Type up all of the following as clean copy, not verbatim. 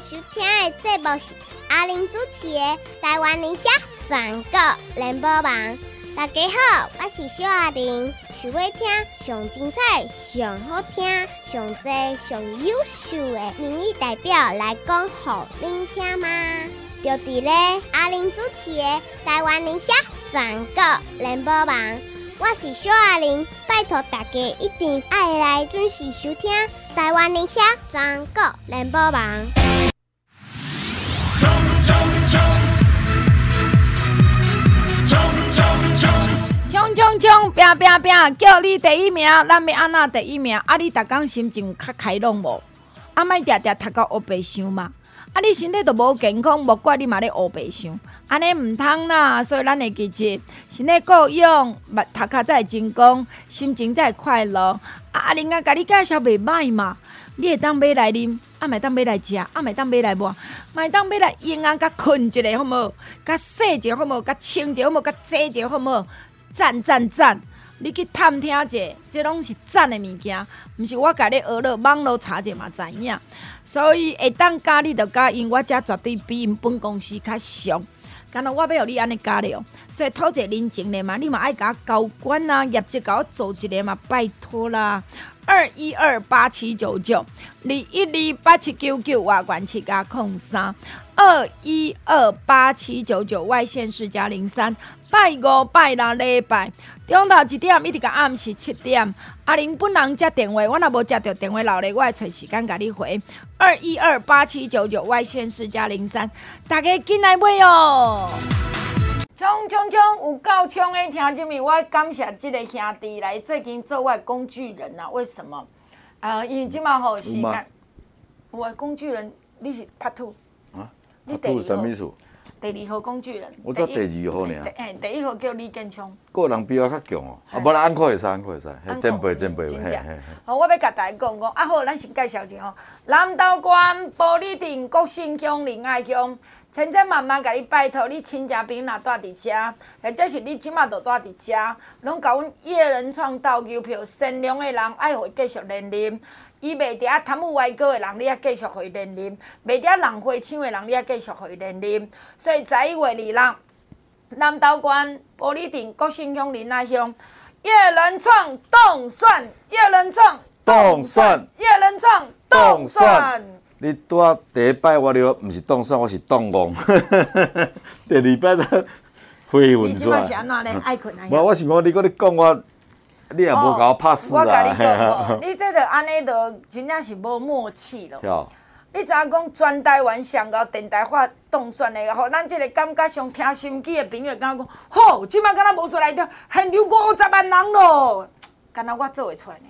收听的节目是阿玲主持的台湾理想全国联播网。大家好，我是小阿玲，想要听上精彩、上好听、上多、上优秀的民意代表来讲给您听吗？就伫咧阿玲主持的台湾理想全国联播网。我是小阿玲，拜托大家一定要来准时收听台湾理想全国联播网。 冲，拼，叫你第一名，咱要安那第一名？啊，你逐工心情较开朗无？啊，莫定定读到黑白相嘛？啊，你身体都无健康，无怪你嘛咧黑白相，安尼唔通啦。所以咱会记住，身体够用，读壳才会成功，心情才会快乐。啊，人家甲你介绍袂歹嘛，你会当买来啉，啊，咪当买来食，啊，咪当买来抹，咪当买来用啊，甲困一下好无？甲洗一下好无？甲清一下好无？甲洗一下好无？赞！你去探听者，这拢是赞的物件，毋是我甲你学了网络查者嘛知影。所以会当加你就加，因我遮绝对比因本公司较俗。干那我要互你安尼加了，所以讨一个人情的嘛，你嘛爱甲我交关啊，业绩甲我做一个嘛，拜托啦。212879921287799外管7加03，2128799外县市加03，拜五拜六礼拜中昼1点一直到暗时7点。阿玲本人接电话，我若无接到电话留咧，我会找时间甲你回。2128799外县市加03，大家紧来买哦！冲！有够冲的听众们，我感谢这个兄弟来最近做我的工具人啊！为什么？因为即马吼时间，我的工具人你是拍兔啊？ 你第二什么意思？ 第2号工具人。 我做第2号尔。 第1号叫李建昌。 个人比我较强哦，啊，无啦，安可会使，前辈， 真正。好，我要甲大家讲，啊好，咱先介绍一下吼，南投县玻璃镇国信乡仁爱乡。千千万万甲你拜托，你亲戚朋友若住伫遮，或者是你即马就住伫遮，拢甲阮叶人创倒邮票，善良的人爱互伊继续连任，伊袂伫遐贪污歪果的人，你也继续互伊连任；袂伫遐浪费抢的人，你也继续互伊连任。所以11月2日，南投县玻璃镇国信乡仁爱乡，叶人创动算，叶人创动算，叶人创动算。 你拄啊第一摆我了，毋是动算，我是动戆。第2摆才恢复出来。 你即摆是安怎咧？爱困啊？ 无，我是讲你讲你讲我，你也无甲我拍死啊。 我甲你讲你这个安尼就真正是无默契咯。你知影讲全台湾上高电台发动算的，互咱这个感觉上听心机的朋友感觉讲，吼，即摆敢若无出来着，现场50万人咯，敢若我做会出来呢？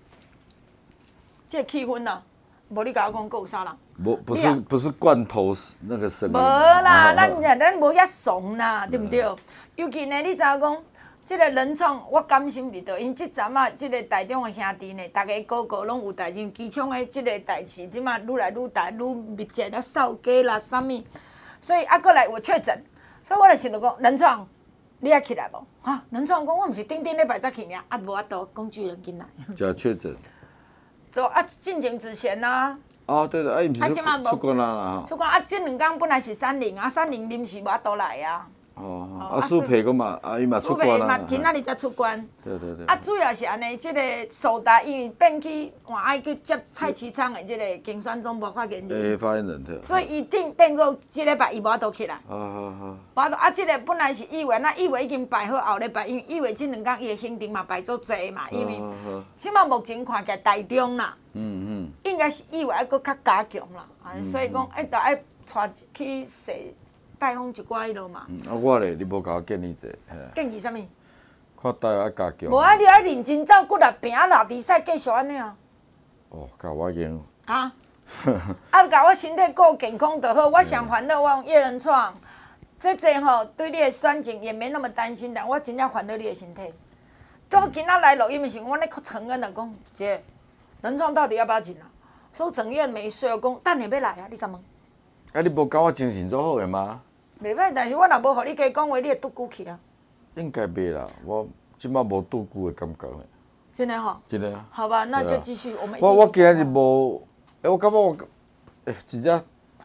这个气氛啊！无你甲我讲，还有啥人？ 不是罐头那个声音。 无啦，咱无遐怂啦，对不对？尤其呢，你知影讲，这个人创我甘心伫倒，因即阵啊，这个台中的兄弟呢，大家个个拢有代志，机场的这个代志，即马愈来愈大，愈密集啦，扫街啦，啥物，所以过来有确诊，所以我就想着讲，人创你也起来无？哈，人创讲我毋是顶礼拜才去尔，无法度工具人进来。 假确诊。 就进前之前呐。 哦，对的，伊毋是出关啦。 出关这2天本来是30啊，30临时无法度来啊。 苏培个嘛，伊嘛出关啦。 苏培嘛，今仔日才出关。 对。 主要是安尼，这个苏达因为变去换爱去接蔡其昌的这个竞选总部发言人。 发言人对。 所以伊顶变做这礼拜伊无法度起来。 好。 无法度这个本来是议员，议员已经排好后礼拜，因为议员这2天伊的行程嘛排足济嘛，因为即马目前看起来台中啦。应该是议员还佫较加强啦，所以讲就爱带去拜访一寡迄落嘛。 我咧，你无甲我建议者。 建议啥物？ 看台爱加强。 无啊，你爱认真照骨力拼啊，拉比赛继续安尼啊。 甲我用。 甲我身体够健康就好。我上烦恼，我用叶人创，这吼对你的选情也没那么担心，但我真正烦恼你的身体。我今仔来录音的时候，我咧承认了讲，姐。人创到底要不要紧啊？说整夜没睡，讲等下要来啊！你敢问？ 你无感觉精神做好的吗？ 袂歹，但是我若无互你加讲话，你会拄久去啊？ 应该袂啦，我即摆无拄久的感觉。 真的哈？ 真的啊。 好吧，那就继续，我们。 我今日无，我感觉我，真正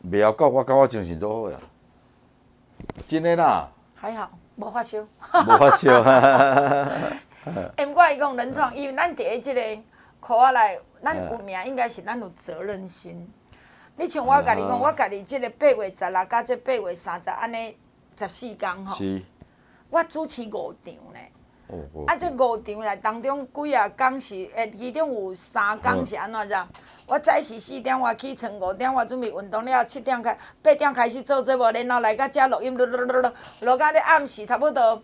袂晓到，我感觉精神足好呀。真诶啦， 还好，无发烧。 无发烧。 毋过伊讲人创，因为咱伫即个科仔内，咱有名应该是咱有责任心。你像我甲你讲，我家己即个8月16甲即8月30安尼14天吼，我主持5场呢。啊，这5场内当中几啊工是，其中有3天是安怎着？我早时4点我起床，5点我准备运动了，7点开8点开始做节目，然后来到遮录音，录到咧暗时差不多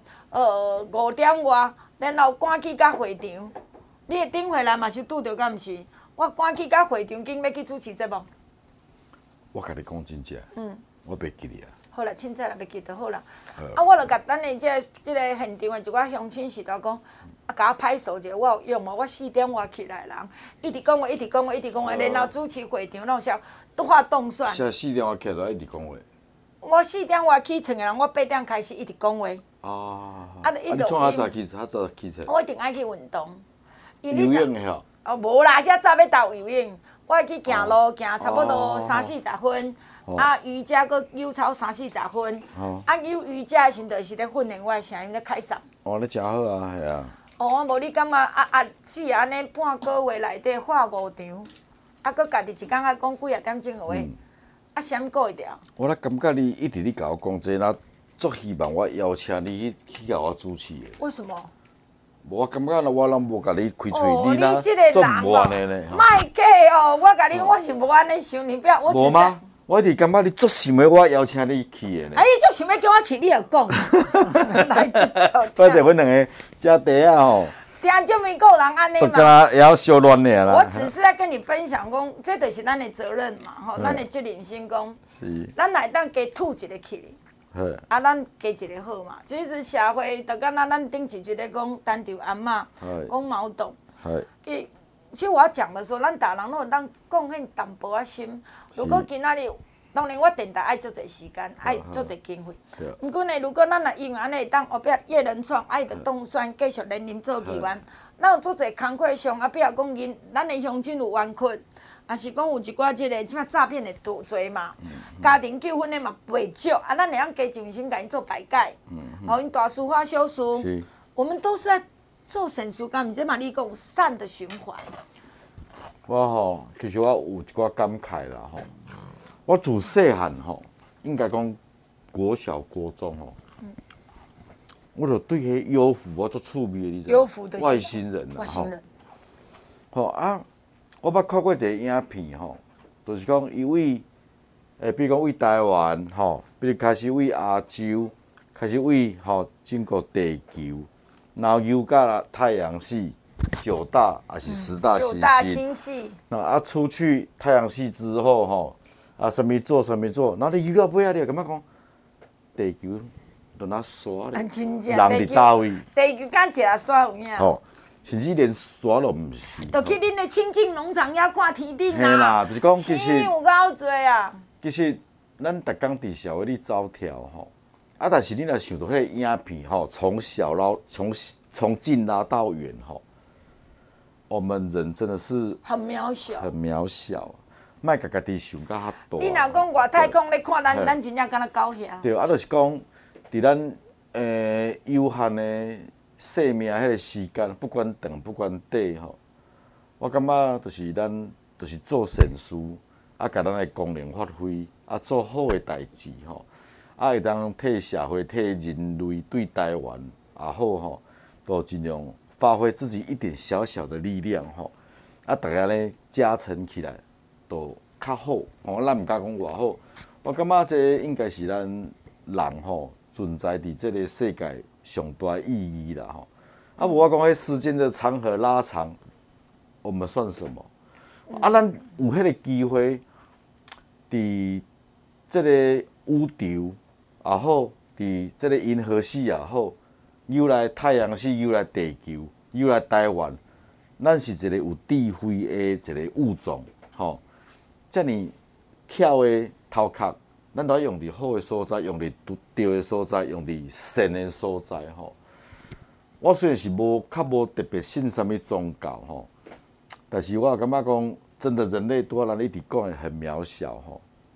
5点外，然后赶去到会场。你的顶回来嘛是拄着，敢毋是？我赶去到会场，紧要去主持节目。 我甲你讲真正，我袂记你啊。 好啦，凊彩啦，袂记就好啦。啊，我著甲等下即个现场的一寡乡亲是头讲，甲我拍手者，我有用无？我4点外起来人，一直讲话，一直讲话，一直讲话，然后主持会场，拢是拄发动算。 现在4点我起来一直讲话。 我4点外起床的人，我8点开始一直讲话。 啊。 啊，你创较早起床？ 我一定爱去运动。 游泳的吼？ 哦，无啦，遐早要斗游泳，我会去行路，行差不多30-40分。啊，瑜伽搁有操30-40分。啊，有瑜伽的时阵，就是咧训练我的声音咧开嗓。 哦，你真好啊，系啊。 哦，无你感觉是安尼半个月内底画5场，啊，搁家己一工仔讲几啊点钟的话，啊，啥物过会着？ 我咧感觉你一直咧甲我讲这，那足希望我邀请你去甲我主持的。 为什么？ 我感觉我拢无甲你开喙， 你若做唔完的呢。 卖假哦！我甲你讲，我是无安尼想，你不要我。 无吗？我一直感觉你足想要我邀请你去的呢。 啊，你足想要叫我去，你就讲。 反正阮两个遮地啊吼。 听这么个人安尼嘛。 都敢若会晓小乱尔啦。 我只是在跟你分享讲，这就是咱的责任嘛，吼，咱的责任心讲。 是。 咱来当加吐一个去。啊，咱加一个好嘛。其实社会就敢若咱顶一集咧讲单条阿嬷，讲矛盾。其实我要讲的时候，咱大人拢有当贡献淡薄仔心。如果今仔日，当然我电台爱足侪时间，爱足侪经费。毋过呢，如果咱若因为安尼会当后壁叶人创爱着动算继续连任做议员，咱有足侪工课上，比如讲咱的乡亲有冤屈。也是讲有一寡即个即马诈骗的多嘛，家庭纠纷的嘛袂少，啊，咱会当加尽心甲因做排解，互因大事化小事，我们都是在做善事，敢毋是嘛？你讲善的循环。 我吼，其实我有一寡感慨啦吼。我自细汉吼，应该讲国小、国中吼，我就对迄幽浮我足趣味的，你知道？外星人啦吼。吼啊！我捌看过一个影片吼，就是讲伊为比如讲为台湾吼，比如开始为亚洲，开始为整个地球，然后游到太阳系9大还是10大行星。9大星系。 啊，出去太阳系之后吼，啊，什么做，然后你游到尾仔，你感觉讲地球在那刷咧，人伫倒位？ 地球敢一下刷有影？ 甚至连山都毋是， 就去恁的清境农场遐看天顶啦。嘿啦，就是讲其实有够多啊。 其实咱逐工伫社会里走跳吼，啊，但是你若想到迄个影片吼，从近拉到远吼，我们人真的是很渺小， 很渺小，莫甲家己想甲遐大。 你若讲外太空咧看咱真正敢若狗遐。 对，啊，就是讲伫咱有限的。生命迄个时间，不管长不管短吼，我感觉就是咱就是做善事，啊，甲咱的功能发挥，啊，做好的代志吼，啊，会当替社会、替人类、对台湾也好吼，都尽量发挥自己一点小小的力量吼，啊，大家咧加成起来，都较好。吼，咱毋敢讲偌好，我感觉这应该是咱人吼存在伫这个世界。上大意义啦吼，啊，无我讲迄时间的长河拉长，我们算什么？啊，咱有迄个机会，伫这个宇宙也好，伫这个银河系也好，又来太阳系，又来地球，又来台湾，咱是一个有智慧的一个物种，吼，遮尔巧的头壳。咱都要用伫好的所在，用伫对的所在，用伫善的所在吼。我虽然是较无特别信什么宗教吼，但是我感觉讲，真的人类多咱一直讲的很渺小吼。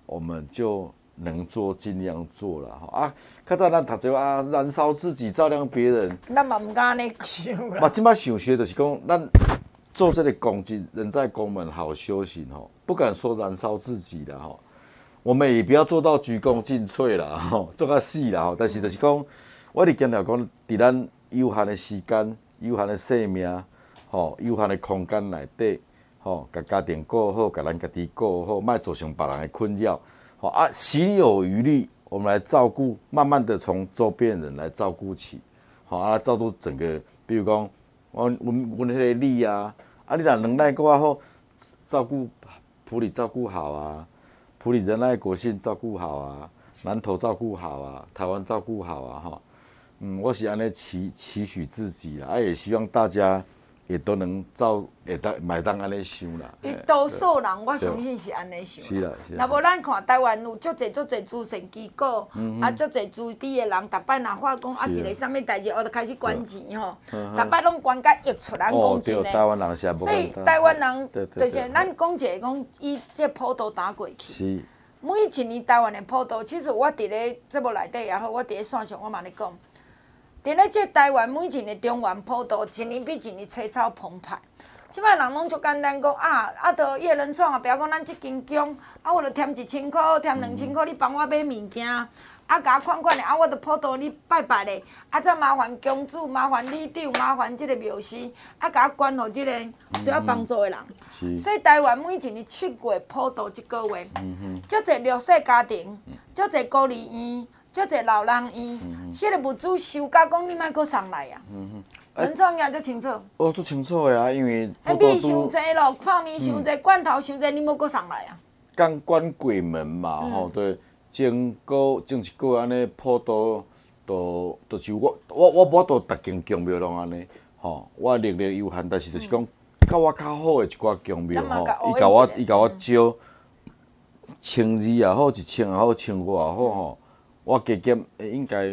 我们就能做尽量做了啊。较早咱读者啊，燃烧自己照亮别人， 咱嘛唔敢安尼想啦。 嘛，即摆想学就是讲，咱做这个公职，人在公门好修行吼，不敢说燃烧自己啦吼，我们也不要做到鞠躬尽瘁啦吼，做较死啦吼。但是就是讲，我哋强调讲，伫咱有限的时间、有限的生命、吼有限的空间内底，吼，甲家庭顾好，甲咱家己顾好，莫造成别人的困扰。好啊，行有余力，我们来照顾，慢慢的从周边人来照顾起，好啊，照顾整个，比如讲，阮迄个里啊，啊，你若能耐够好，照顾埔里照顾好啊，埔里仁爱国信照顾好啊，南投照顾好啊，台湾照顾好啊，哈，我是安尼期许自己啦，啊，也希望大家也都能会当安尼想啦。 伊多数人，我相信是安尼想。 是啦，是啦。 啦。 若无咱看台湾有足侪慈善机构，啊，足侪自闭的人，逐摆若发讲啊一个啥物代志，我就开始捐钱吼，逐摆拢捐甲溢出，咱讲真诶。 台湾人是无。 所以台湾人就是咱讲一个讲，以这普渡打过去。 是。 每一年台湾的普渡，其实我伫咧节目内底也好，我伫咧线上我嘛咧讲。伫咧这台湾每一年中原普渡，一年比一年青草澎湃。即摆人拢足简单讲着一人创啊，比如讲咱即间宫，我着添1000箍，添2000箍，你帮我买物件，甲我款款的，我着普渡你拜拜咧，再麻烦公主，麻烦里长，麻烦即个庙师，甲我捐互即个需要帮助的人。所以台湾每一年7月普渡1个月，足侪弱势家庭，足侪孤儿院。足侪老人院，迄个物资收到讲你莫搁送来啊。文创也足清楚。 哦，足清楚的啊，因为米伤济咯，泡面伤济，罐头伤济，你莫搁送来啊。 刚关鬼门嘛，吼，对，前一个月安尼普渡，就是我无都逐间宫庙拢安尼，吼，我力量有限，但是就是讲，较我较好的一寡宫庙吼，伊甲我招，1000字也好，1000也好，1500也好吼。我加减应该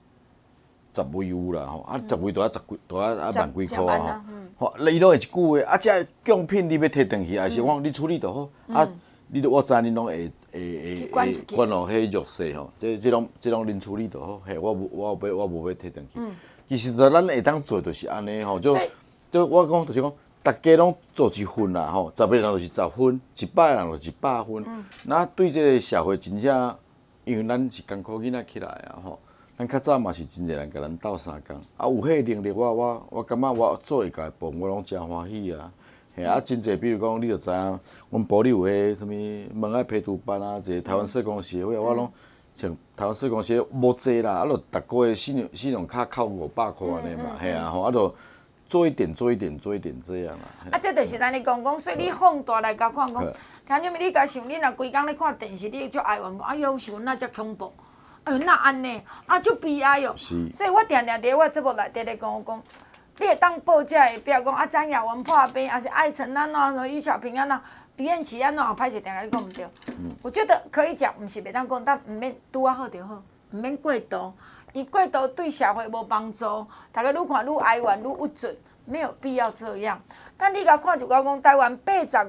10位有啦吼，10位都要万几箍啊吼，伊拢会一句话，这贡品你要摕转去，还是我你处理就好，我知你拢会管落迄弱势吼，这种恁处理就好，嘿，我无要摕转去。其实咱会当做就是安尼吼，就我讲就是讲，大家拢做一份啦吼，10个人就是10分，100人就是100分，那对这个社会真正。因为咱是艰苦囡仔起来啊吼，咱较早嘛是真侪人甲咱斗相共，有迄个能力，我感觉我做会家部，我拢真欢喜啊。嘿真侪，比如讲，你就知影，阮部里有迄什物门爱陪读班啊，一个台湾社工协会，我拢像台湾社工协会无济啦，就逐个月信用卡扣500块安尼嘛，嘿啊吼，就做一点这样啦。 这就是咱咧讲，所以你放大来甲看讲。听什么？你甲想，你若规工咧看电视，你足哀怨，哎呦，想那遮恐怖，哎呦，那安尼，足悲哀哟。所以我定定伫我节目内底咧讲，你会当报遮个表讲张雅文破病，还是爱晨安怎，于小平安怎，于燕琪安怎，歹势定定你讲毋对。我觉得可以讲，毋是袂当讲，但毋免拄啊好就好，毋免过度，伊过度对社会无帮助，大家愈看愈哀怨，愈郁卒，没有必要这样。但你甲看就讲，台湾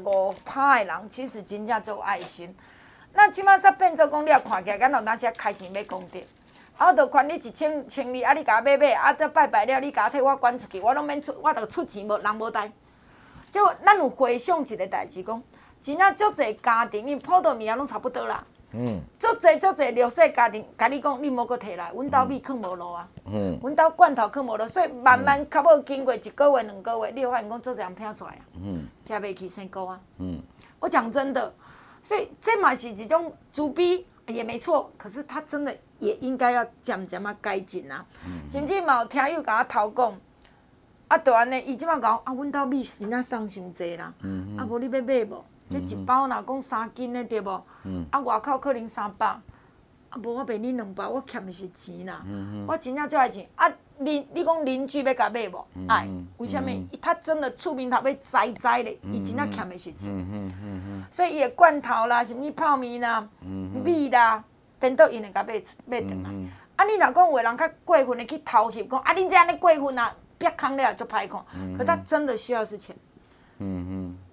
85%的人其实真正做爱心。咱即马煞变做讲，你也看起来，咱有当时开钱买功德，我著款你1000你甲我买，再拜拜了，你甲我替我捐出去，我拢免出，我著出钱人无带。结果咱有回想一个代志，讲真正足侪家庭，因普渡物件拢差不多啦。足侪弱势家庭，甲你讲，你莫搁摕来，阮兜米藏无落啊。阮兜罐头藏无落，所以慢慢较尾经过1个月、2个月，你会发现讲做这样拼出来啊。食袂起生菇啊。我讲真的，所以这嘛是一种自卑也没错，可是他真的也应该要渐渐啊改进啊。甚至嘛有听友甲我偷讲，就安尼，伊即马讲阮兜米是哪送伤济啦，无你要买无？这一包若讲3斤的对无？外口可能300，无我卖你2包，我欠的是钱啦。我真正最爱钱。你讲邻居要甲买无？爱，为什么？他真的厝面头要栽咧，伊真正欠的是钱。所以伊的罐头啦，什么泡面啦、米啦，等到因会甲买转来。你若讲有人较过分的去偷袭，讲恁这安尼过分啊，别空了足歹看。可他真的需要是钱。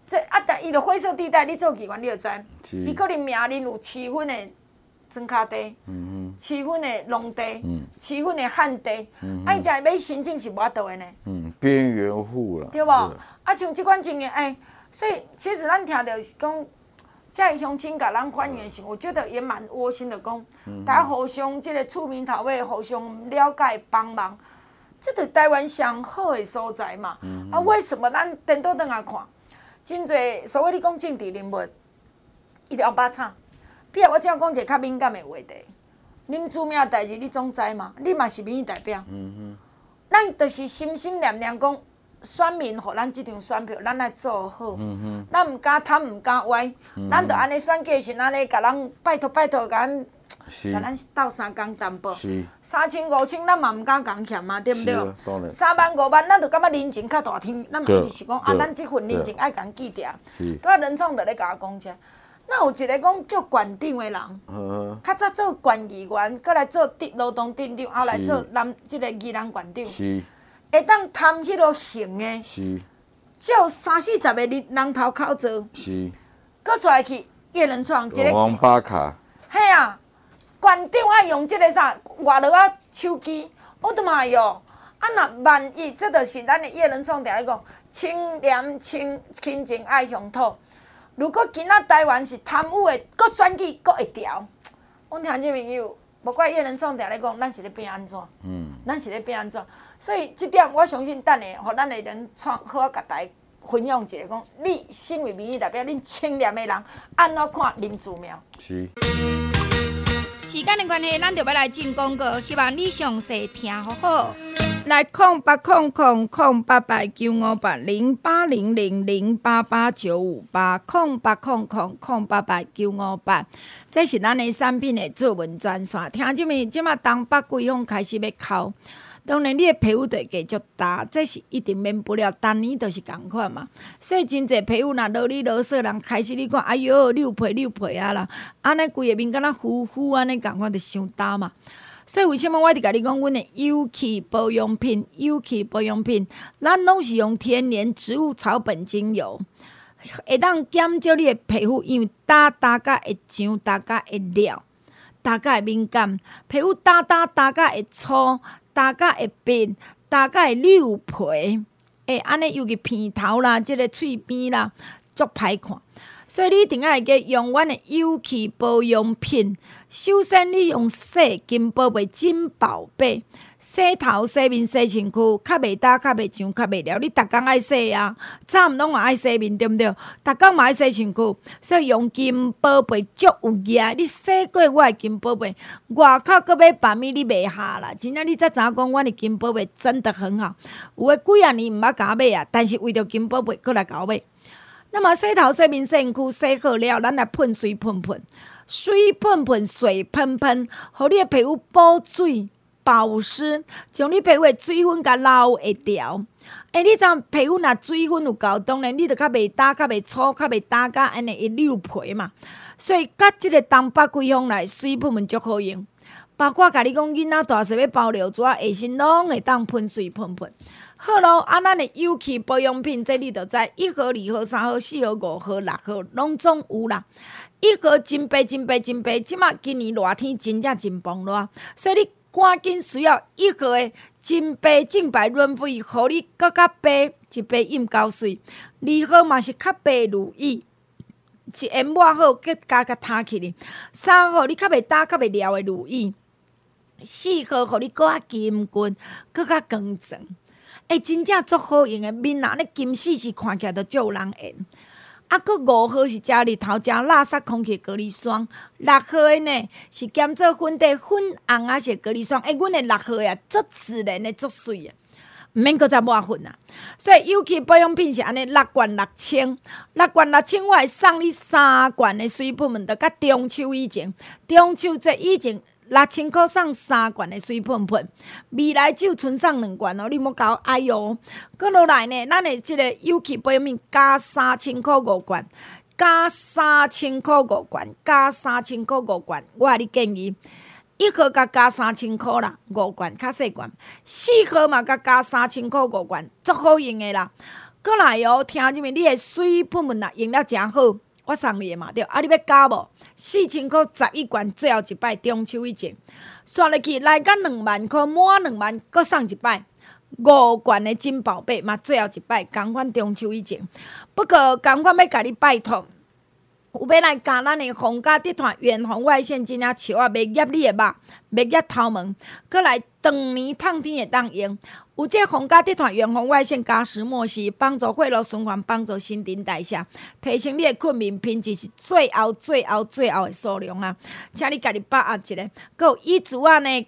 但伊就灰色地带，你做议员你就知，伊可能名人有7分的庄稼地，7分的农地，7分的旱地，伊才要申请是无法度的呢。 边缘户啦， 对无？像即款情形，所以其实咱听到是讲，这乡亲甲咱反映的时候，我觉得也蛮窝心的，讲大家互相这个出面头尾，互相了解帮忙，这个台湾上好的所在嘛。为什么咱颠倒转来看？真侪所谓你讲政治人物，伊就后巴吵。比如我只要讲一个较敏感的话题，恁主命代志你总知嘛？你嘛是民意代表。咱就是心心念念讲，选民互咱即张选票，咱来做好。咱毋敢贪，毋敢歪，咱着安尼选举时，安尼甲人拜托，甲咱斗3工担保。3000、5000，咱嘛毋敢讲欠嘛，对不对？3万、5万，咱着感觉人情较大天，咱嘛一直是讲咱即份人情爱共记着。拄仔人创着咧甲我讲者，那有一个讲叫县长的人，较早做县议员，搁来做劳动镇长，后来做即个宜兰县长，会当贪迄落刑的，照30-40个人头口做，搁出来去叶仁创一个王八卡， 嘿啊！县长爱用即个啥外劳啊手机，我的妈哟！若万一这就是咱的叶仁创定咧讲，清廉清净爱乡土。如果今仔台湾是贪污的，搁选举搁会调，阮听众朋友，无怪叶仁创定咧讲，咱是咧变安怎？咱是咧变安怎？所以这点我相信，等下互咱的人创好啊，甲大家分享一下，讲你身为民意代表，恁清廉的人安怎看林志苗？ 是。 时间的关系，咱就要来进广告，希望你详细听好好。来0800-088-958，0800-088-958，这是咱的产品的作文专线。听众们，即马东北季风开始要哭。当然，你的皮肤就会继续焦，这是一定免不了，当年都是同款嘛。所以真侪皮肤若落里落色，人开始你看，哎哟，溜皮啊啦，安尼规个面敢若糊糊安尼共款，就伤焦嘛。所以为什么我伫甲你讲，阮的有气保养品，咱拢是用天然植物草本精油，会当减少你的皮肤，因为焦甲会痒，焦甲会裂，焦甲会敏感，皮肤焦甲会粗。大甲会变，大甲会溜皮，安尼尤其片头啦，即个喙边啦，足歹看。所以你一定要会记用阮的有气保养品。首先，你用洗金宝贝金宝贝洗头、洗面、洗身躯，较袂焦、较袂痒、较袂了。你逐工爱洗啊，早暗拢嘛爱洗面，对毋对？逐工嘛爱洗身躯，所以用金宝贝足有益。你洗过我的金宝贝，外口搁买别物你袂下啦。真正你才知影讲，阮的金宝贝真的很好。有诶几啊年毋捌甲我买啊，但是为着金宝贝，搁来甲我买。那么洗头、洗面、洗身躯洗好了，咱来喷水喷喷，水喷喷，水喷喷，互你的皮肤补水。保湿，将你皮肤的水分甲流会掉。你知皮肤若水分有够，当然你就较袂焦、较袂粗、较袂焦甲安尼会溜皮嘛。所以，甲即个东北季风来水喷喷足好用。包括甲你讲囡仔大细要包尿纸，下身拢会当喷水喷喷。好咯，咱的有气保养品，这你就知1号、2号、3号、4号、5号、6号，拢总有啦。1号真白，即马今年热天真正真崩热，所以你赶紧需要1号的真白净白润肤，互你更较白，一白饮够水。2号嘛是较白如意，一下抹好，佮加摊起哩。3号你较袂焦、较袂了的如意。4号互你更较金均，更较光泽。真正足好用的面啊，咧金丝是看起来都足有人缘。佮5号是遮日头遮垃圾空气隔离霜，6号的呢是兼做粉底粉红仔色隔离霜。阮的6号呀，足自然的足水啊，毋免搁再抹粉啊。所以有气保养品是安尼，6罐6000，6罐6000，我会送你3罐的水喷喷，就甲中秋以前，中秋节以前。6000块送3罐的水喷喷，未来只有剩送2罐哦，你莫搞哎哟！搁落来呢，咱的即个有气保养品加3000块5罐，加3000块5罐，加3000块5罐，我甲你建议，1号加3000块啦，5罐较细罐，4号嘛加3000块5罐，足好用的啦。 过来哦，听入面你的水喷喷啦，用了真好，我送你的嘛对。啊，你要加无？4000块11罐，最后一摆中秋以前，刷入去来到2万块，满2万，搁送一摆。5罐的金宝贝嘛，最后一摆，同款中秋以前。不过，同款要甲你拜托，有要来加咱的皇家集团远红外线真啊树啊，袂夹你的肉，袂夹头毛，搁来长年烫天会当用。有这皇家集团远红外线加石墨烯，帮助血液循环，帮助新陈代谢，提升你的睡眠品质是最后的数量啊！请你家己把握一下。搁有椅子啊呢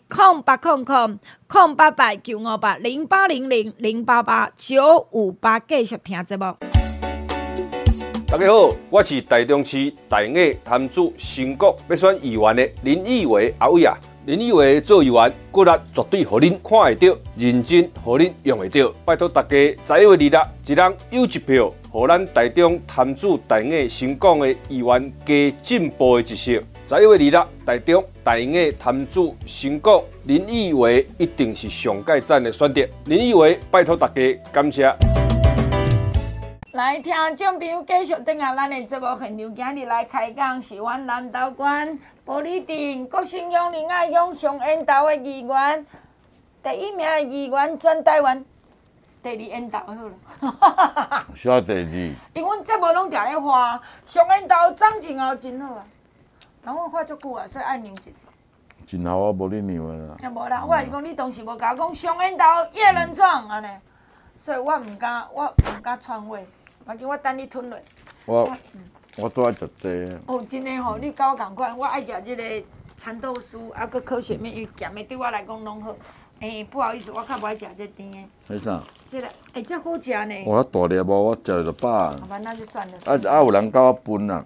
，0800-958-0800-0888-958继续听节目。 大家好，我是台中市大雅潭子新国要选议员的林义伟阿伟啊。林义伟做议员，骨力绝对互恁看会到，认真互恁用会到。拜托大家11月26，一人有一票，互咱台中潭子大雅新港的议员加进步的一色。11月26，台中大雅潭子新港林义伟一定是上界赞的选择。林义伟，拜托大家，感谢。 来，听众朋友继续登下咱的节目现场，今日来开讲是阮南投县玻璃镇国姓乡仁爱乡上缘投的议员，第1名的议员全台湾，第2缘投好了。 啥第2？ 因为阮节目拢定咧画上缘投长真好真好啊，但我画足久啊，所以爱让一下。 真好，我无你让的啦。 也无啦，我是讲你当时无甲我讲上缘投叶人壮安尼，所以我毋敢篡话。要紧，我等你吞落。 我做爱食这。 哦，真诶吼，你甲我共款，我爱食即个蚕豆酥，啊，搁烤雪面，因为咸诶对我来讲拢好。不好意思，我较无爱食这甜诶。 迄啥？ 这个，这好食呢。 我大粒无，我食就饱。 好吧，那就算了。 有人甲我分啦。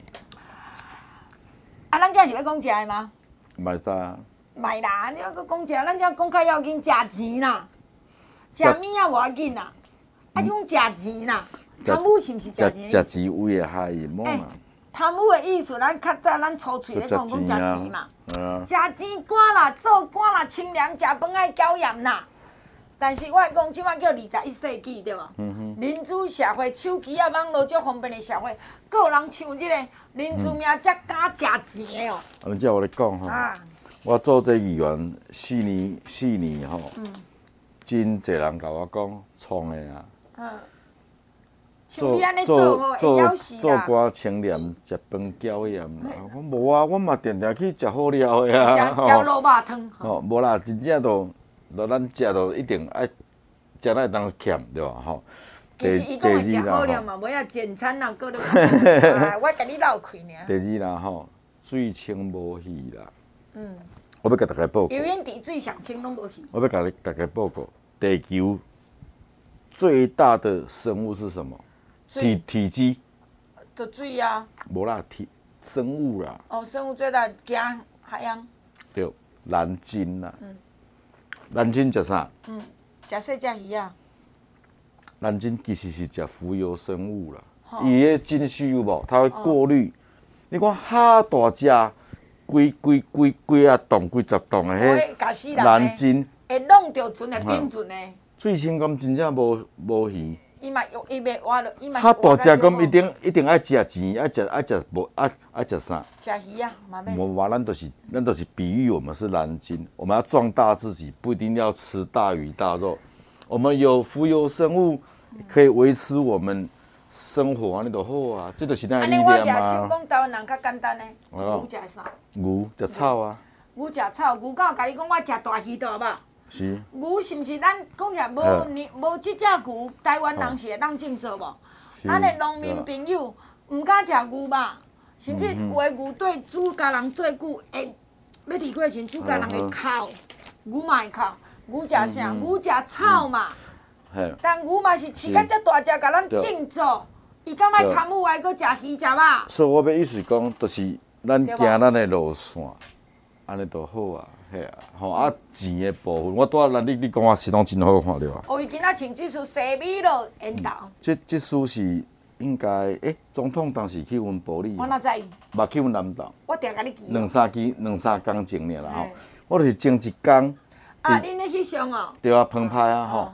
咱这是要讲食诶吗？ 袂使啊。 袂啦，你要搁讲食，咱这讲较要紧，食钱啦。食物啊无要紧啦，你讲食钱啦。贪污是毋是食钱？ 食钱为会害伊，冇嘛。 贪污的意思，咱较早咱粗嘴咧讲食钱嘛。食钱官啦，做官啦，清廉，食饭爱骄严啦。但是我会讲，即摆叫21世纪对无？民主社会，手机啊、网络足方便的社会，阁有人像即个林志明才敢食钱的哦。 即我咧讲吼，我做这议员4年吼，真侪人甲我讲创的啊。做官清廉，食饭骄严啦。我无啊，我嘛定定去食好料的啊。 食卤肉汤。 吼，无啦，真正都咱食都一定爱食来当欠对吧？吼。 其实伊讲的食好料嘛，尾仔简餐啦，搁咧。我甲你闹开尔。 第2啦吼，水清无鱼啦。我要甲大家报告。 油烟底水上清拢无去。 我要甲大家报告，地球最大的生物是什么？体积， 就水啊。 无啦，生物啦。 哦，生物最大惊海洋。 对，蓝鲸啦。蓝鲸食啥？ 食细只鱼啊。 蓝鲸其实是食浮游生物啦。伊个鲸须有无？它会过滤。你看哈大只，规啊栋、几十栋的迄蓝鲸， 会弄着船会变船的。 水深咁真正无鱼。 伊袂活落，伊嘛。 较大只咁一定爱食钱，爱食啥？ 食鱼啊，嘛免。 我话咱都是比喻我们是蓝鲸，我们要壮大自己，不一定要吃大鱼大肉。我们有浮游生物可以维持我们生活，安尼就好啊。这就是咱的力量啊。 安尼我举手讲台湾人较简单呢。牛食啥？ 牛食草啊。 牛食草，牛敢有甲你讲我食大鱼大肉？ 是。 牛是毋是咱讲起来无即只牛，台湾人是会当种做无？咱的农民朋友毋敢食牛肉，甚至有的牛对主家人最久会要离开时，主家人会哭，牛嘛会哭。牛食啥？牛食草嘛。但牛嘛是饲甲遮大只，甲咱种做，伊敢莫贪污来搁食鱼食肉。 所以我要意思讲，就是咱行咱的路线，安尼就好啊。嘿啊，吼啊钱的部分，我拄仔你讲我是拢真好看对吧？ 哦，伊今仔穿即束西米露烟斗。 这束是应该总统当时去阮埔里。 我哪知伊？ 嘛去阮南投。 我定甲你记。 两三工前尔啦吼，我就是前一工。 啊，恁咧翕相哦。 对啊，澎湃啊吼。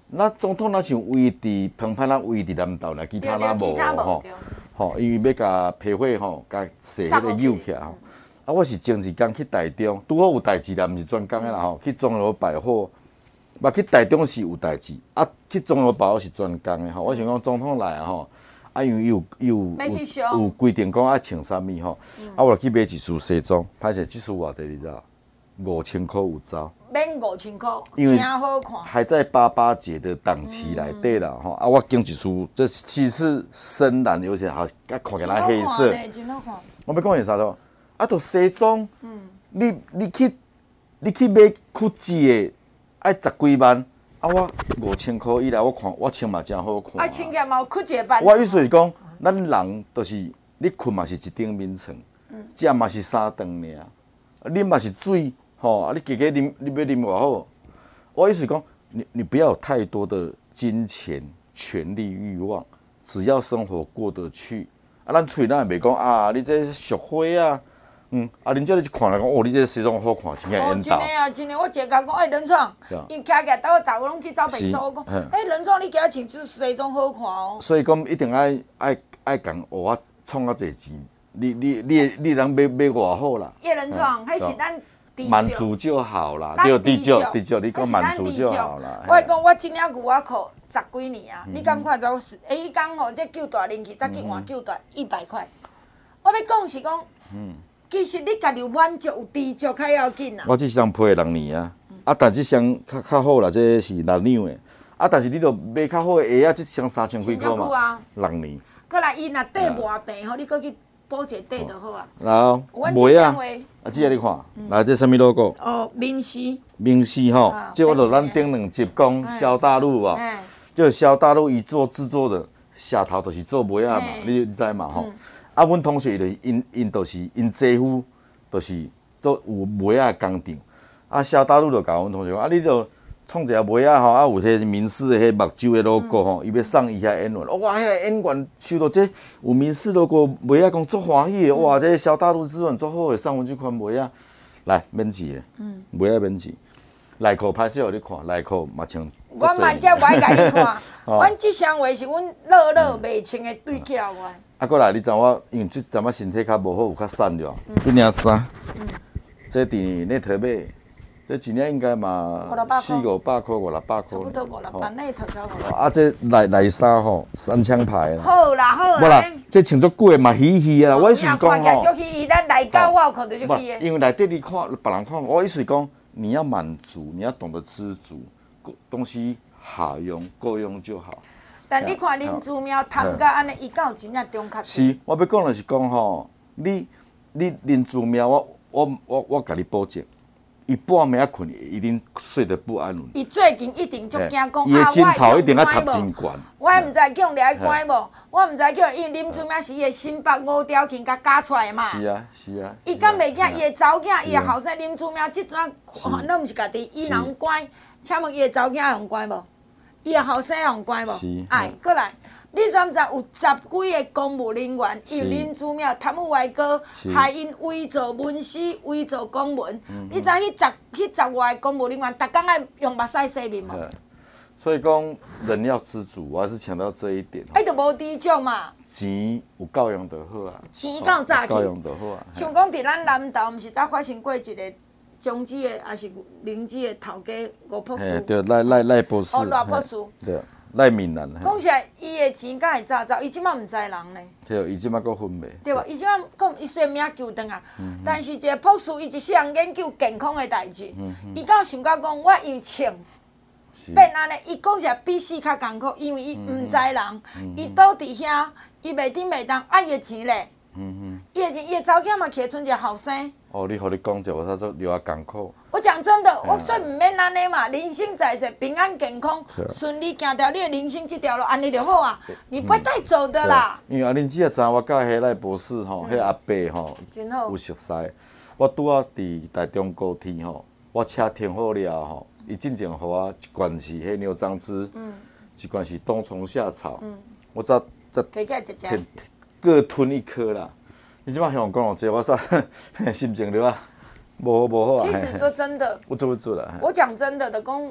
那总统那像位伫澎湃，咱位伫南投呢，其他那无吼。吼，因为要甲批火吼，甲洗迄个扭起来吼。啊，我是前一天去台中，拄好有代志啦，毋是专工的啦吼。去中楼百货，嘛去台中是有代志，啊，去中楼百货是专工的吼。我想讲总统来啊吼，啊，因为有规定讲爱穿啥物吼，啊，我就去买一束西装，歹势这束偌济你知道？5000块有走。 免5000块， 因真好看。 还在88节的档期内底啦吼，啊，我经一束，这其实深蓝，有些还看起来黑色。 真好看。 我要讲是啥咯？啊，着西装，你去买酷字的，爱10几万，啊，我5000块以内，我看我穿嘛真好看。 啊，穿起来嘛有酷字的版。 我意思是讲，咱人就是你困嘛是一顶眠床，食嘛是3顿尔，啉嘛是水，吼，啊，你加加啉，你要啉偌好？我意思是讲，你不要有太多的金钱、权力欲望，只要生活过得去。啊，咱喙咱也袂讲啊，你这俗花啊。啊，人家你一看来讲，哦，你这西装好看，穿起来缘投。 真的啊，真的，我一个讲，哎，任创，伊徛起来，倒大家拢去找白所，我讲，哎，任创，你今仔穿这西装好看哦。 所以讲，一定爱讲，学我创啊侪钱，你人买偌好啦？ 叶任创，迄是咱满足就好啦，对，地久，你讲满足就好啦。 我讲，我真正牛我考10几年啊，你敢看着？伊讲吼，这救大人去，早去换救大100块。我要讲是讲，其实你家己有满足有知足较要紧啊。 我这双配6年啊，但这双较好啦，这是6两的。啊，但是你着买较好的鞋啊，这双3000几块嘛，6年。 过来，伊若底磨病吼，你搁去补一个底就好啊。 然后鞋啊，姐啊，你看，来这什么 logo？ 哦，明熙。 明熙吼，这我着咱顶2集讲萧大陆吧，就萧大陆伊做制作的下头就是做鞋啊嘛，你知嘛吼？啊，阮同学因就是因姐夫，就是做有鞋啊工厂。啊，萧大陆就甲阮同学讲，啊，你着创一个鞋啊吼，啊有迄民视的迄目睭的 logo 吼，伊要送伊遐演员。哇，遐演员收到这有民视 logo 鞋啊，讲足欢喜的。哇，这萧大陆制作足好的，送阮这款鞋啊，来免钱的，鞋啊免钱。内裤歹势互你看，内裤嘛穿。 我嘛则袂甲你看，阮即双鞋是阮乐乐袂穿的对起来。 啊，过来，你知我，因为即阵仔身体较无好，有较瘦了。即领衫，这伫那头买，这一领应该嘛400-500块，500-600块。 差不多500-600，那头差不多。 啊，这内衫吼，3枪牌啦。 好啦好啦。 无啦，这穿足久的嘛稀稀啦。我意思是讲吼， 伊咱内高我有看到足稀的。 因为内底你看别人看，我意思是讲，你要满足，你要懂得知足，东西好用够用就好。 但你看林祖苗谈甲安尼，伊敢有真正中较？ 是，我要讲的是讲吼，你林祖苗，我甲你保证，伊半暝啊困，一定睡得不安稳。 伊最近一定足惊讲伊的镜头一定要读真悬。 我毋知叫掠来关无，我毋知叫，因为林祖苗是伊的新北5条筋甲加出来嘛。 是啊，是啊。 伊敢袂惊伊的查某囝，伊的后生林祖苗即阵那毋是家己，伊人乖，请问伊的查某囝用乖无？伊的后生用乖无？哎，过来，你知毋知有10几个公务人员，因为林祖苗贪污外高，害因伪造文书、伪造公文。你知迄10外个公务人员，逐工爱用目屎洗面无？ 所以讲人要知足，我还是强调这一点。 哎，就无知足嘛。 钱有够用就好啊。 钱够早去。 够用就好啊。 像讲伫咱南投，毋是早发生过一个中资的，还是林子的头家吴博士。 对，赖博士。 哦，赖博士。 对，赖闽南。 讲起来，伊的钱敢会早走？伊即摆毋知人呢。 对，伊即摆佫分袂。 对无？伊即摆讲伊虽然名救回啊，但是一个博士，伊一世人研究健康的代志。伊敢有想到讲，我因穿变安尼，伊讲起来比死较艰苦，因为伊毋知人，伊倒伫遐，伊袂顶袂当，伊的钱咧。伊的钱，伊的查某囝嘛，徛剩一个后生。 哦，你互你讲者，我他说有啊艰苦。 我讲真的，我说唔免安尼嘛，人生在世，平安健康，顺利行条你的人生这条路，安尼就好啊。你不带走的啦。 因为恁只也知我甲迄赖博士吼，迄阿伯吼，有熟悉。我拄啊伫台中高铁吼，我车停好了吼，伊进前互我一罐是迄牛樟芝，一罐是冬虫夏草，我再各吞1颗啦。你即摆向我讲落这，我煞心情对吧？无好啊。 其实说真的， 我做不做啦？ 我讲真的，讲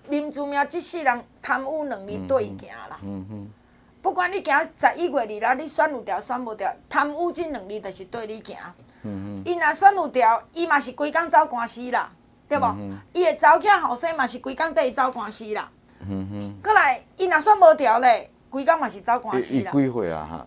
林姿妙这世人贪污能力对伊行啦。不管你行11月2日，你选有条选无条，贪污这能力就是对你行。伊若选有条，伊嘛是规工走官司啦，对无？伊的查某囝后生嘛是规工缀伊走官司啦。过来，伊若选无条咧，规工嘛是走官司啦。 伊几岁啊？哈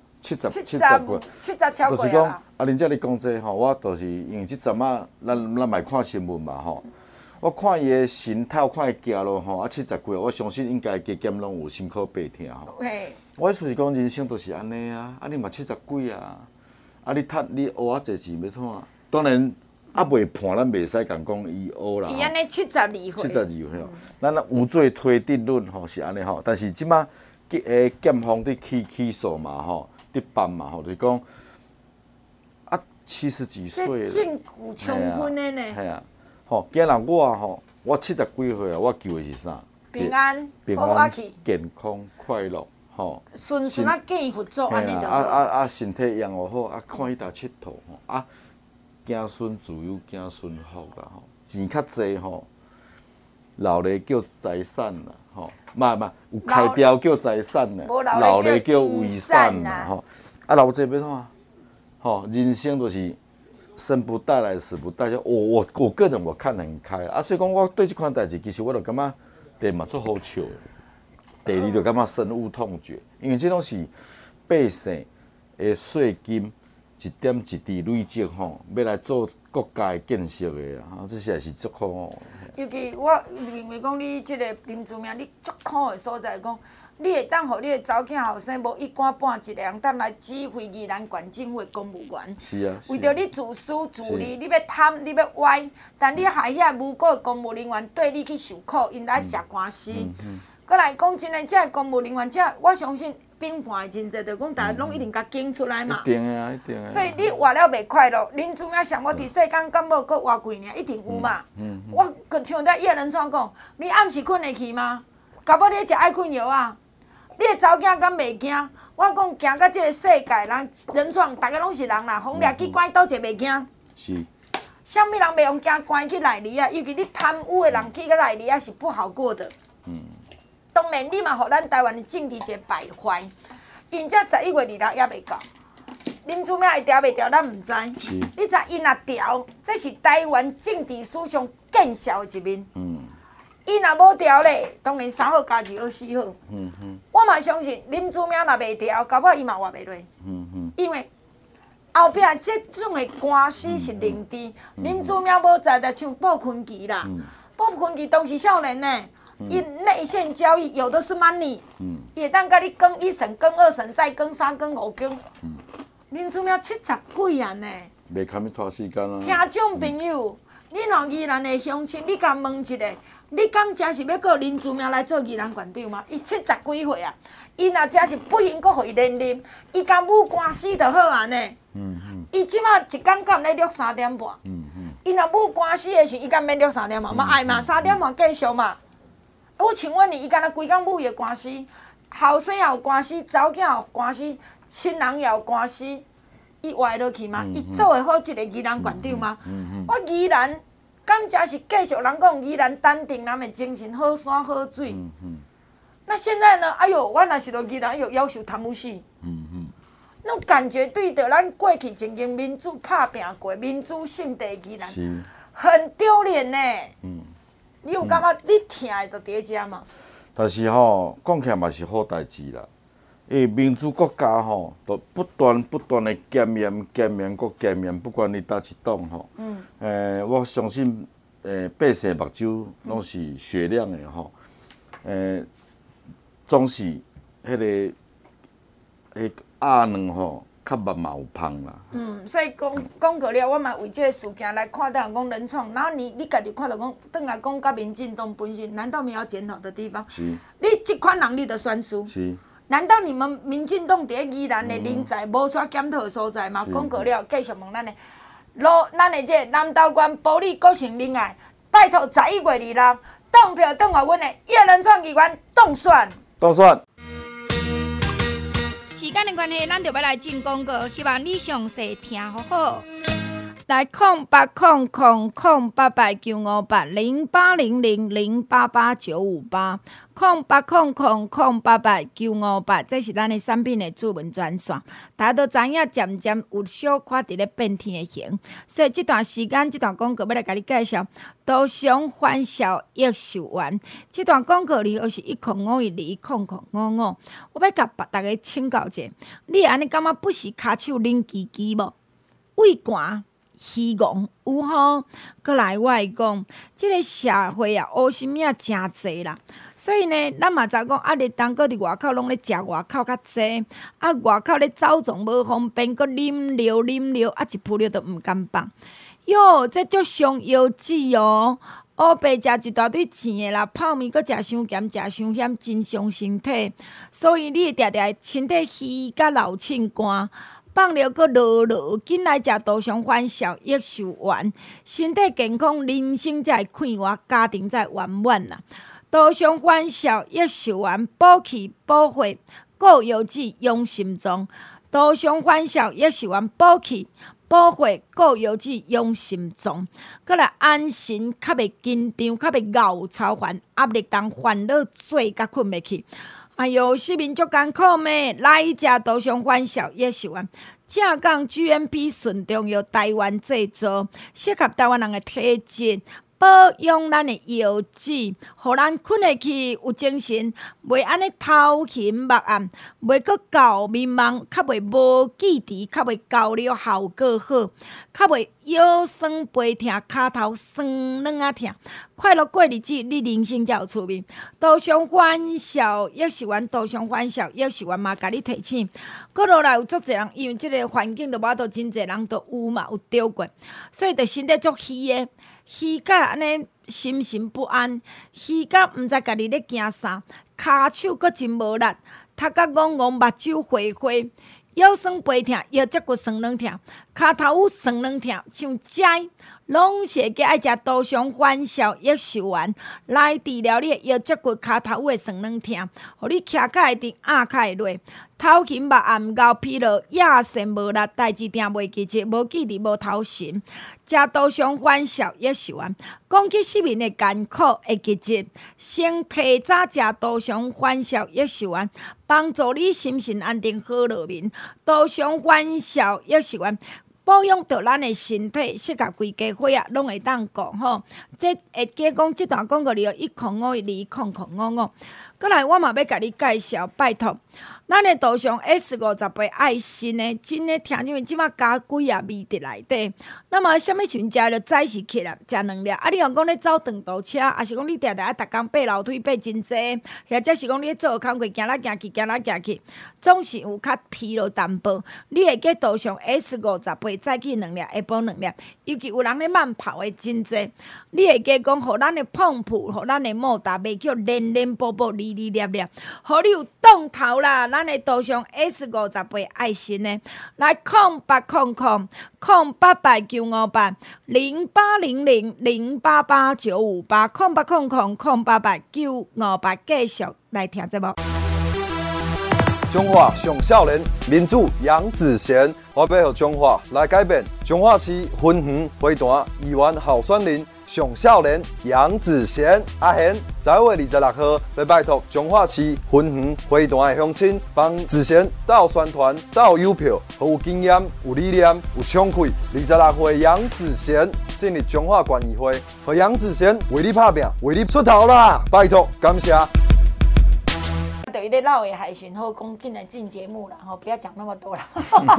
，70过。 70超过就是讲，啊，恁遮咧讲这吼，我就是因为即阵啊，咱嘛看新闻嘛吼。我看伊的神态，看伊行路吼，啊70几，我相信应该加减拢有辛苦白听吼。我意思是讲，人生都是安尼啊，啊你嘛70几啊，啊你学啊济钱要创啊？当然啊未判，咱袂使讲伊学啦。 伊安尼72岁。 72岁吼，咱无罪推定论吼是安尼吼，但是即马检方伫起诉嘛吼，伫办嘛吼，就是讲啊70几岁。 证据充分的呢。 系啊。吼，今日我70几岁啊，我求的是啥？ 平安、 健康、快乐，吼。 顺顺啊，见福足安尼就好。 啊，身体养活好，啊，看伊搭佚佗吼，啊，子孙自有子孙福啦吼，钱较济吼，老了叫财产啦吼，有开标叫财产啦，老了叫遗产啦吼，啊，老济要怎？吼，人生就是。生不带来，死不带去。我个人我看得很开啊，所以讲我对这款代志，其实我就感觉第嘛做好笑的，第二就感觉深恶痛绝，因为这种是百姓的税金一点一滴累积吼，要来做国家的建设的啊，这实在是足苦哦。 尤其我认为讲你这个林姿妙，你足苦的所在讲。你会当互你的查某囝后生无一竿半一个人当来指挥宜兰县政府公务员。 是啊。 为着你自私自利，你要贪，你要歪，但你害遐无辜的公务人员对你去受苦，因来食官司。过来讲真诶，这公务人员，我相信评判的真济，就讲大家拢一定甲警出来嘛。 一定的啊，一定的。 所以你活了袂快乐，林姿妙想我伫世间敢无搁活几年，一定有嘛。我佮像在叶仁川讲，你暗时困会去吗？搞不好你食爱困药啊。你的查某囝敢袂惊？我讲行到即个世界，人创大家拢是人啦，风掠去关倒一个袂惊。 是。 啥物人袂用惊关去内里啊？尤其你贪污的人去个内里啊，是不好过的。当然，你嘛，互咱台湾的政治一个败坏。因这11月2日也袂到，林姿妙会调袂调，咱唔知。 是。 你知因若调，这是台湾政治史上见效的一面。伊若无调咧，当然3号加2号4号。我嘛相信林姿妙若袂调，搞不好伊嘛活袂落。因为后壁这种的官司是零知。林姿妙无在像鲍坤琪啦，鲍坤琪当时少年呢，伊内线交易有的是 money， 伊会当甲你更1审、更2审、再更3、更5更。林姿妙70几啊呢。 袂堪伊拖时间啊。 听众朋友，你若宜兰的乡亲，你甲问一下。你敢真是要叫林姿妙来做宜兰县长吗？伊70几岁啊，伊若真是不行，搁互伊连任，伊甲武官司就好啊呢。伊即马一工敢咧录3点半。伊若武官司的时，伊敢免录3点半？嘛爱嘛，3点半继续嘛。我请问你，伊敢若规工武的官司，后生也有官司，查某囝也有官司，亲人也有官司，伊活落去吗？伊做会好一个宜兰县长吗？我宜兰。敢真是继续人讲宜兰丹顶南的精神好山好水。那现在呢？哎呦，我若是到宜兰又要求贪污死。那种感觉对着咱过去曾经民主拍拼过、民主圣地宜兰，很丢脸呢。你有感觉你听的就伫遮嘛？ 但是吼，讲起来嘛是好代志啦。因为民主国家吼，都不断的检验、搁检验，不管你哪一党吼。我相信，百姓目睭拢是雪亮的吼。总是迄个鸭卵吼，较慢嘛有芳啦。 所以讲过了，我嘛为这个事件来看到讲人创，然后你家己看到讲，转来讲甲民进党本身，难道没有检讨的地方？ 是。 你这款人你就选输。 是。 难道你们民进党伫宜兰的人才无啥检讨的所在吗？讲过了，继续问咱的，咱的这南投县保利国城仁爱，拜托11月2日，党票党互阮的叶仁创议员当选。时间的关系，咱就要来进广告，希望你详细听好好。 来0800088958，0800088958，这是咱的产品的主文专线。大家都知影，渐渐有小可伫咧变天的形，所以这段时间，这段广告要来甲你介绍多享欢笑益寿丸。这段广告里头是105120055，我要甲大家请教者，你安尼感觉不是骹手冷叽叽无？胃寒、虚戆有吼，过来我会讲，即个社会啊，乌心影真侪啦。所以呢，咱嘛知讲，日当搁伫外口拢咧食外口较济，外口咧走总无方便，搁啉料，一扑料都毋敢放。哟，这足伤腰子哦！乌白食一大堆钱的啦，泡面搁食伤咸，食伤咸，真伤身体。所以你会常身体虚甲老凊寒。放了搁落，紧来食多享欢笑益寿丸，身体健康，人生才会快活，家庭才会圆满啦。多享欢笑益寿丸，补气补血，固腰子养心脏。多享欢笑益寿丸，补气补血，固腰子养心脏。搁来安神，较袂紧张，较袂熬操烦，压力当烦恼做甲困袂去。哎哟，市民足艰苦咩？来食多享欢笑益寿丸，正港 GMP 纯中药台湾制造，适合台湾人的体质，保养咱的腰子，互咱困会去有精神，袂安尼头晕目暗，袂阁搞迷茫，较袂无记忆，较袂交流效果好，较袂腰酸背痛，骹头酸软啊痛。快乐过日子，你人生才有趣味。多享欢笑益寿丸，多享欢笑益寿丸嘛，甲你提醒。搁落来有足侪人，因为即个环境都无都真侪人都有嘛，有着过，所以就身体足虚的，虚甲安尼心神不安，虚甲毋知家己咧惊啥，骹手阁真无力，头壳戆戆，目睭花花。腰酸背痛，腰脊骨酸软痛，骹头有酸软痛，像斋，拢是会爱食多享欢笑益寿丸来治疗你的腰脊骨、骹头的酸软痛，互你徛较会直，压较会落，头晕目暗、熬疲劳、夜神无力，代志定袂记节，无记忆、无头神。食多享欢笑益寿丸，讲起市民的艰苦的日子，先提早食多享欢笑益寿丸，帮助你心神安定好落眠。多享欢笑益寿丸，保养着咱的身体，适合规家伙啊，拢会当顾吼。这会记讲这段广告里105120055。过来，我嘛要甲你介绍，拜托。咱的多享 S50倍爱心的，真的听你们即马加几啊味伫内底。那么，什么时阵食着早时起来食2粒？你若讲咧走长途车，还是讲你定定逐工爬楼梯爬真济，或者是讲你做工课行来行去，总是有较疲劳淡薄。你会记多享 S50倍早起2粒，下晡2粒，尤其有人咧慢跑的真济。你会记讲，互咱的碰扑，互咱的摩打袂叫连波波、哩粒，互你有动头啦。咱的多享 S50倍爱心的，来08000958，0800088958，08000958，继续来听节目。 中华上少年民主杨子贤，我要互中华来改变。中华市分园花坛议员候选人上少年杨子贤阿贤，10月26号要拜托中华市分园花坛的乡亲，帮子贤斗宣传、斗邮票，和有经验、有理念、有创气。26岁杨子贤进入中华县议会，和杨子贤为你拍拼，为你出头啦！拜托，感谢。 对于咧老的海巡好讲紧来进节目了吼，不要讲那么多了。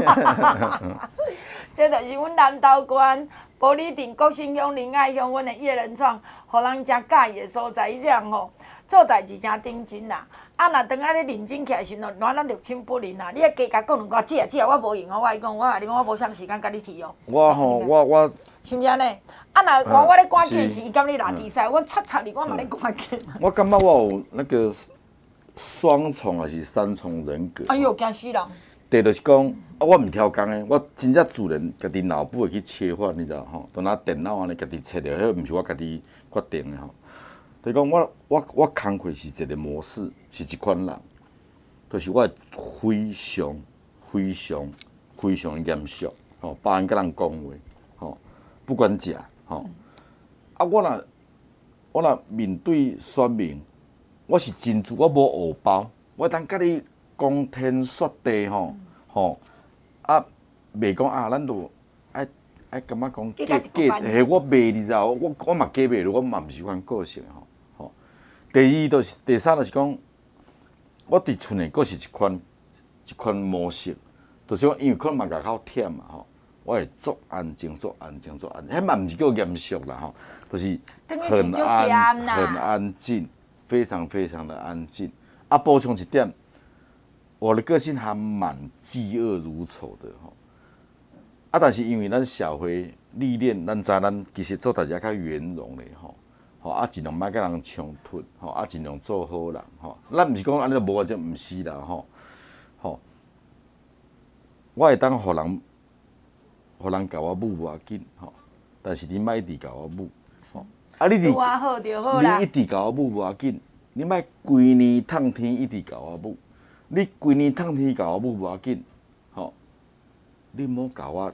这就是阮南投县埔里镇国兴乡仁爱乡，阮的叶人创，互人真介意的所在。伊这样吼，做代志真认真啦。啊，若当啊咧认真起来时，咱六亲不认啦。你也加讲两句，姐，我无用哦。我讲，我你讲我无啥时间甲你提哦。 我是毋是安尼？啊，若看我咧赶紧时，伊甲你拉比赛，我插你，我嘛咧赶紧。 我感觉我有那个双重还是3重人格。 哎哟，惊死人！ 第就是讲，我毋挑工的，我真正自然家己脑部会去切换，你知道吼？都拿电脑安尼家己切掉，迄毋是我家己决定的吼。就是讲我工课是一个模式，是一款人，就是我非常严肃吼，别人甲人讲话吼， 不管食吼。啊，我若面对选民，我是真主，我无荷包，我当甲你讲天说地吼，啊，袂讲啊，咱就爱感觉讲我卖你知道，我嘛假卖了，我嘛毋是款个性吼。第二就是第三就是讲，我伫厝内佫是一款模式，就是讲因为可能嘛甲较忝嘛吼。我会做安静，迄嘛毋是叫严肃啦吼，就是很安静，非常非常的安静。啊，补充一点，我的个性还蛮嫉恶如仇的吼。啊，但是因为咱社会历练，咱知咱其实做大家较圆融的吼，啊尽量莫甲人冲突，吼啊尽量做好人吼。咱毋是讲安尼就无就毋是啦吼，我会当互人甲我母无要紧吼，但是你莫一直甲我母吼。啊，你好就好啦。 你一直甲我母无要紧，你莫规年烫天一直甲我母。你规年烫天甲我母无要紧，吼。你莫甲我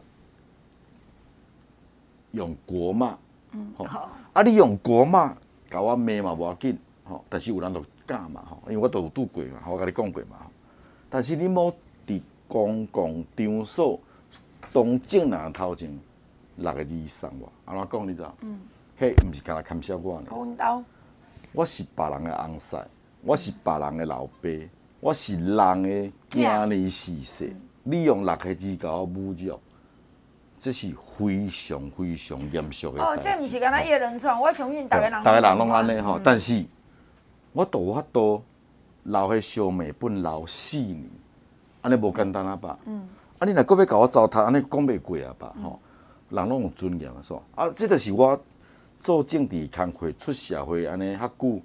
用国骂，吼。啊，你用国骂甲我骂嘛无要紧，吼。但是有人就敢嘛，吼，因为我都有拄过嘛，我甲你讲过嘛。但是你莫伫公共场所。当正人头前6个字送我，安怎讲你知道？迄毋是干那砍小我呢。我是别人的翁婿，我是别人的老爸，我是人的囝儿婿婿。你用6个字甲我侮辱，这是非常非常严肃的代志。 这毋是干那叶人创，我相信大家人拢安尼吼。但是，我都有法度留迄小美本留4年，安尼无简单啊吧？啊！你若搁要甲我糟蹋，安尼讲袂过啊吧？吼，人拢有尊严啊，是吧？啊，这就是我做政治工作、出社会安尼较久，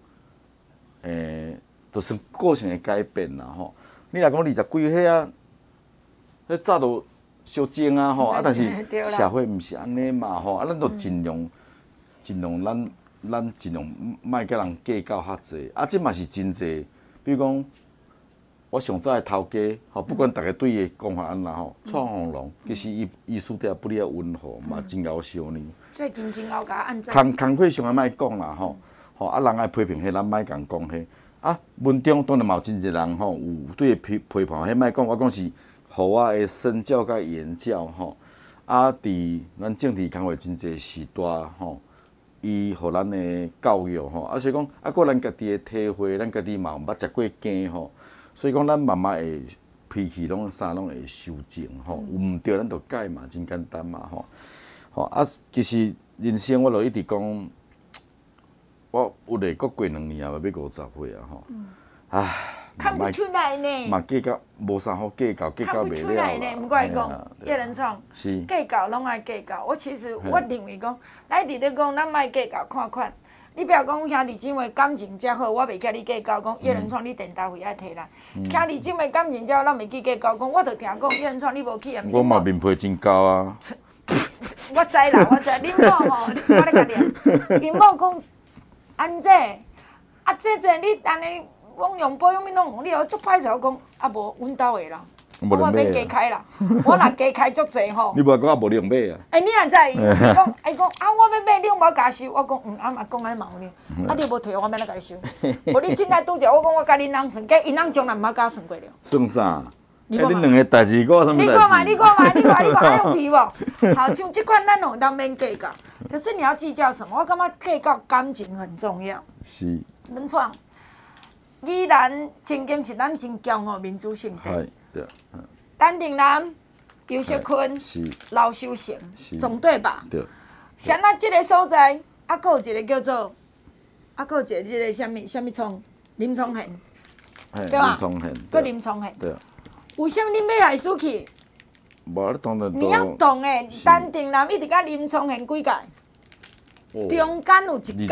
就是个性的改变啦，吼。你若讲20几岁啊，迄早都小精啊，吼。啊，但是社会毋是安尼嘛，吼。啊，咱都尽量咱尽量莫甲人计较较济。啊，这嘛是真济，比如讲。我上早的头家，吼，不管大家对伊的讲法安怎吼，蔡宏龙其实伊私底下不离啊温和，嘛真贤小呢。 最近真贤甲按赞。 工课上也莫讲啦，吼，啊人爱批评迄，咱莫共讲迄。啊，文中当然嘛有真侪人吼，有对伊批判，迄莫讲，我讲是互我的身教甲言教吼。啊，伫咱政治工作真侪时段吼，伊互咱的教育吼，啊所以讲啊，个咱家己的体会，咱家己嘛捌食过羹吼。所以讲，咱慢慢会脾气拢拢会修正吼，有毋对咱就改嘛，真简单嘛吼。啊，其实人生我就一直讲，我有咧过2年啊，要50岁啊吼。唉， 看不出来呢。 嘛计较无啥好计较，计较袂了啦。 毋过来讲，叶仁创，计较拢爱计较。我其实我认为讲，咱伫咧讲，咱莫计较看款。你不要讲兄弟姊妹感情遮好，我袂甲你计较。讲叶仁创，你电台费爱摕来。兄弟姊妹感情遮好，咱袂去计较。讲我著听讲叶仁创，你无去啊？ 我嘛面皮真高啊。 我知啦，我知。恁某吼，我咧甲你，因某讲安这，啊这你安尼，我用保养品拢用，你哦足歹势。我讲啊无，阮兜的啦。我嘛免加开啦，我若加开足济吼。 你无讲我无能买啊？ 你也知，伊讲啊，我要买，你无甲收。我讲啊嘛讲安尼嘛有呢。啊，你无摕我免来甲你收。无你凊彩拄着，我讲我甲恁人算，计因人从来毋捌甲算过了。 算啥？你两个代志，我什么代志？ 你看嘛，你爱用皮无？好，像这款咱有当免计较。可是你要计较什么？我感觉计较感情很重要。 是。 恁创，依然曾经是咱真骄傲民主性的。 对。 陈定南、尤锡坤、老修成，总对吧？ 对。 像咱这个所在，还佫有一个叫做，还佫有一个这个什么聪，林聪贤，对吧？ 林聪贤， 佫林聪贤。 对。 有啥你要害死去？ 无，你当然都。 你要懂诶，陈定南一直甲林聪贤几届？中间有一届。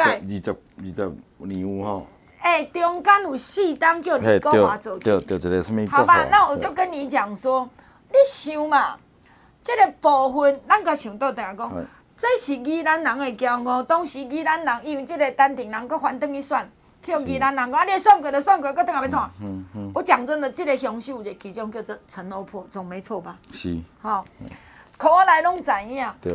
20年有吼。 中间有4档叫李国华做去。 对，一个什么？ 好吧，那我就跟你讲说，你想嘛，这个部分咱甲想到定讲，这是宜兰人的骄傲。当时宜兰人因为这个陈定南佫反转去选，叫宜兰人讲啊，你选过就选过，佫等下要创。我讲真的，这个乡sou有其中叫做陈欧破，总没错吧？ 是。 好，口我来拢知影。 对。 你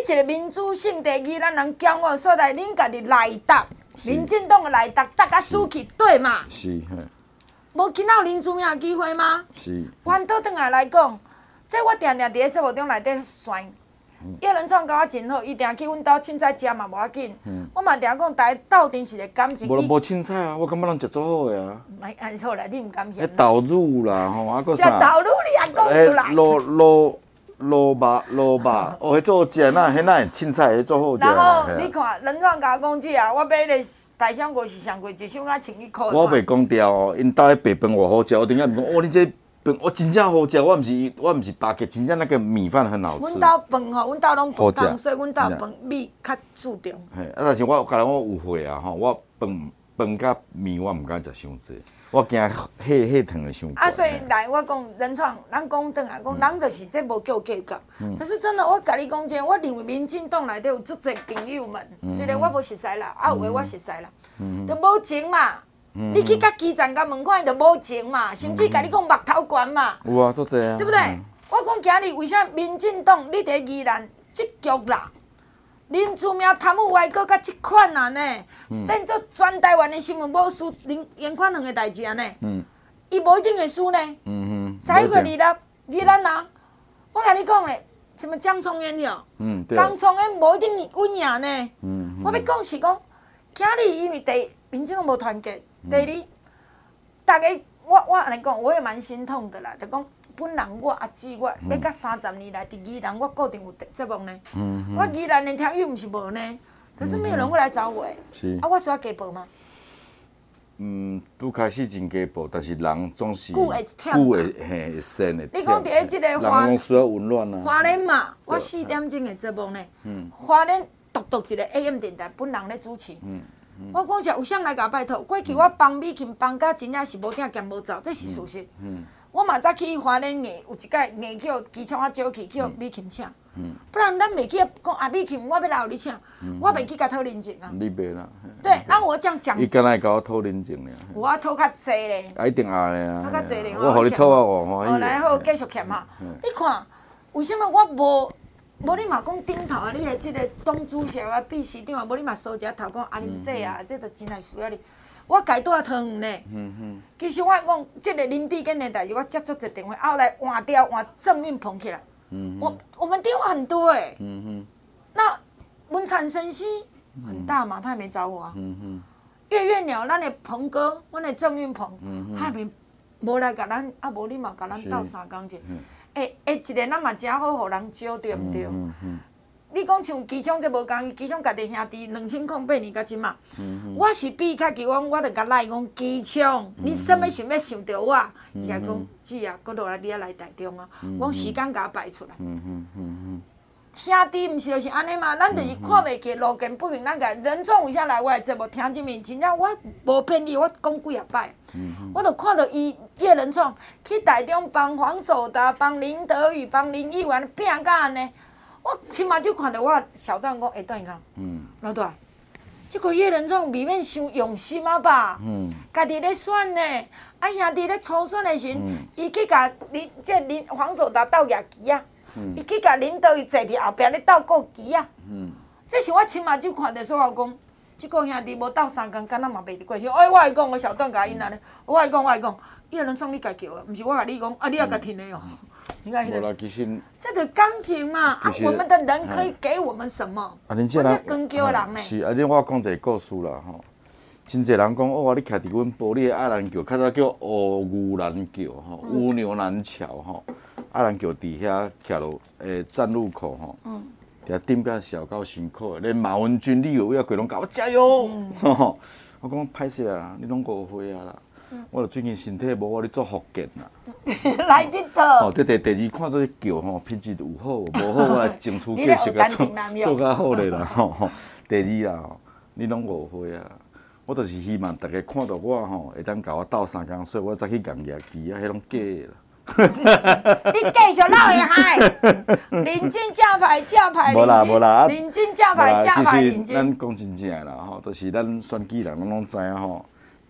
一个民主性第二，咱人骄傲所在，恁家己内答，民进党的内答，答甲输去，对嘛？ 是，嘿， 无今仔有林主任机会吗？ 是， 反倒转来讲，这我定定伫咧节目中内底宣。叶仁创甲我真好，伊定去阮兜凊彩食嘛无要紧。我嘛定讲，大家斗阵是个感情。 无无凊彩啊，我感觉人食足好诶啊。 咪安好啦，你毋敢嫌。 迄豆乳啦，吼，啊个食啥？ 豆乳你也讲出来。 萝卜，哦，迄做食那迄那凊彩迄做好食。 然后你看，仁创甲我讲姐啊，我买个百香果是上贵，一箱啊1,100块。 我袂讲掉哦，因兜迄白饭偌好食，我顶下毋讲，哦，你这饭我真正好食，我毋是巴结，真正那个米饭很好吃。 阮兜饭吼，阮兜拢不同，所以阮兜饭米较注重。 嘿，啊，但是我甲我有会啊，吼，我饭甲面我毋敢食伤济，我惊血糖会伤高。 啊，所以来我讲仁创，咱讲转来讲，人就是这无叫计较。可是真的，我甲你讲真，我认为民进党内底有足侪朋友们，虽然我无熟悉啦，啊有诶我熟悉啦，就无情嘛。你去甲基层甲问看，伊就无情嘛，甚至甲你讲目头悬嘛。 有啊，足侪啊。 对不对？我讲今日为啥民进党你伫宜兰积极啦？林志明贪污歪告甲即款啊呢，变做全台湾的新闻无输严宽两个代志啊呢。伊无一定会输呢。再一个宜兰人，我甲你讲咧，什么江聪渊哟，江聪渊无一定稳赢呢。我要讲是讲，今日因为民进党无团结，第二，大家我安尼讲，我也蛮心痛的啦，就讲。本人我阿姊我要到30年来伫宜兰，我固定有节目呢。我宜兰的听友毋是无呢，可是没有人会来找我诶。 是。 啊，我需要加报吗？ 拄开始真加报，但是人总是久会会sen的。 你讲伫咧即个人拢需要温暖啊。 花莲嘛，我4点钟的节目呢。花莲独一个 AM 电台，本人咧主持。我讲是有谁来甲拜托？过去我帮美琴帮甲真正是无顶兼无走，这是事实。我嘛早去花莲艺，有一届艺叫机场啊招去，叫美琴请。不然咱袂去讲啊美琴，我要来互你请，我袂去甲讨人情啊。 你袂啦。 对，那我这样讲。 伊敢若会甲我讨人情尔。 我讨较济咧。 一定爱的啊。 讨较济咧。 我互你讨啊，我欢喜。 后来好继续欠哈。你看，为什么我无你嘛讲顶头啊？你的即个党主席啊、秘书长啊，无你嘛梳一下头讲啊，恁这啊，这都真系需要你。我家住啊汤呢。其实我讲，即个林志坚的代志，我接足一电话，后来换掉换郑运鹏起来。我们电话很多哎。那文产生息很大嘛，他也没找我啊。月月鸟，咱的鹏哥，阮的郑运鹏，他也无来甲咱，啊无你嘛甲咱斗3工者。一个咱嘛真好，互人招，对毋对？你讲像机场这无共，机场家己兄弟2008年到即嘛，我是比较奇讲，我着甲赖讲机场，你什么想要想着我？伊甲讲姊啊，搁落来你啊来台中啊，我时间甲排出来。兄弟毋是就是安尼嘛，咱就是看袂起路见不平，咱甲人创为啥来我的节目听即面，真正我无骗你，我讲几啊摆，我着看到伊叶人创去台中帮黄守达、帮林德宇、帮林议员拼甲安尼。我起码就看到我小段讲，段伊讲，老大，这个叶仁创未免伤用心啊吧？家己咧选呢，啊兄弟咧初选的时，伊去甲林黄守达斗野棋啊，伊去甲林德宇坐伫后壁咧斗国棋啊。这是我起码就看到，所以我讲，这个兄弟无斗3工，敢若嘛袂得过去。我会讲，我小段甲因安尼，我会讲，叶仁创你家叫啊，毋是我甲你讲，啊你也甲听的哦。你看，这个感情嘛，啊，我们的人可以给我们什么？ 啊，恁这人更叫人呢？ 是，啊，恁我讲一个故事啦吼。真侪人讲，哦，你徛伫阮埔里的爱兰桥，较早叫乌牛兰桥吼，乌牛兰桥吼，爱兰桥伫遐徛落站路口吼，伫遐顶甲小到辛苦，连马文君、李友伟啊，规拢甲我加油。我讲歹势啊，你拢误会啊啦。我最近身体无，我咧做福建啦。 来这套。 这第二看做桥吼，品质有好，无好我来争取继续甲做较好咧啦吼。第二啦，你拢误会啊！我就是希望大家看到我吼，会当甲我斗3工，所以我才去共业机啊，迄拢假的啦。 你继续闹会嗨，领军教牌， 无啦， 领军教牌， 其实咱讲真正啦吼，就是咱选举人拢知影吼。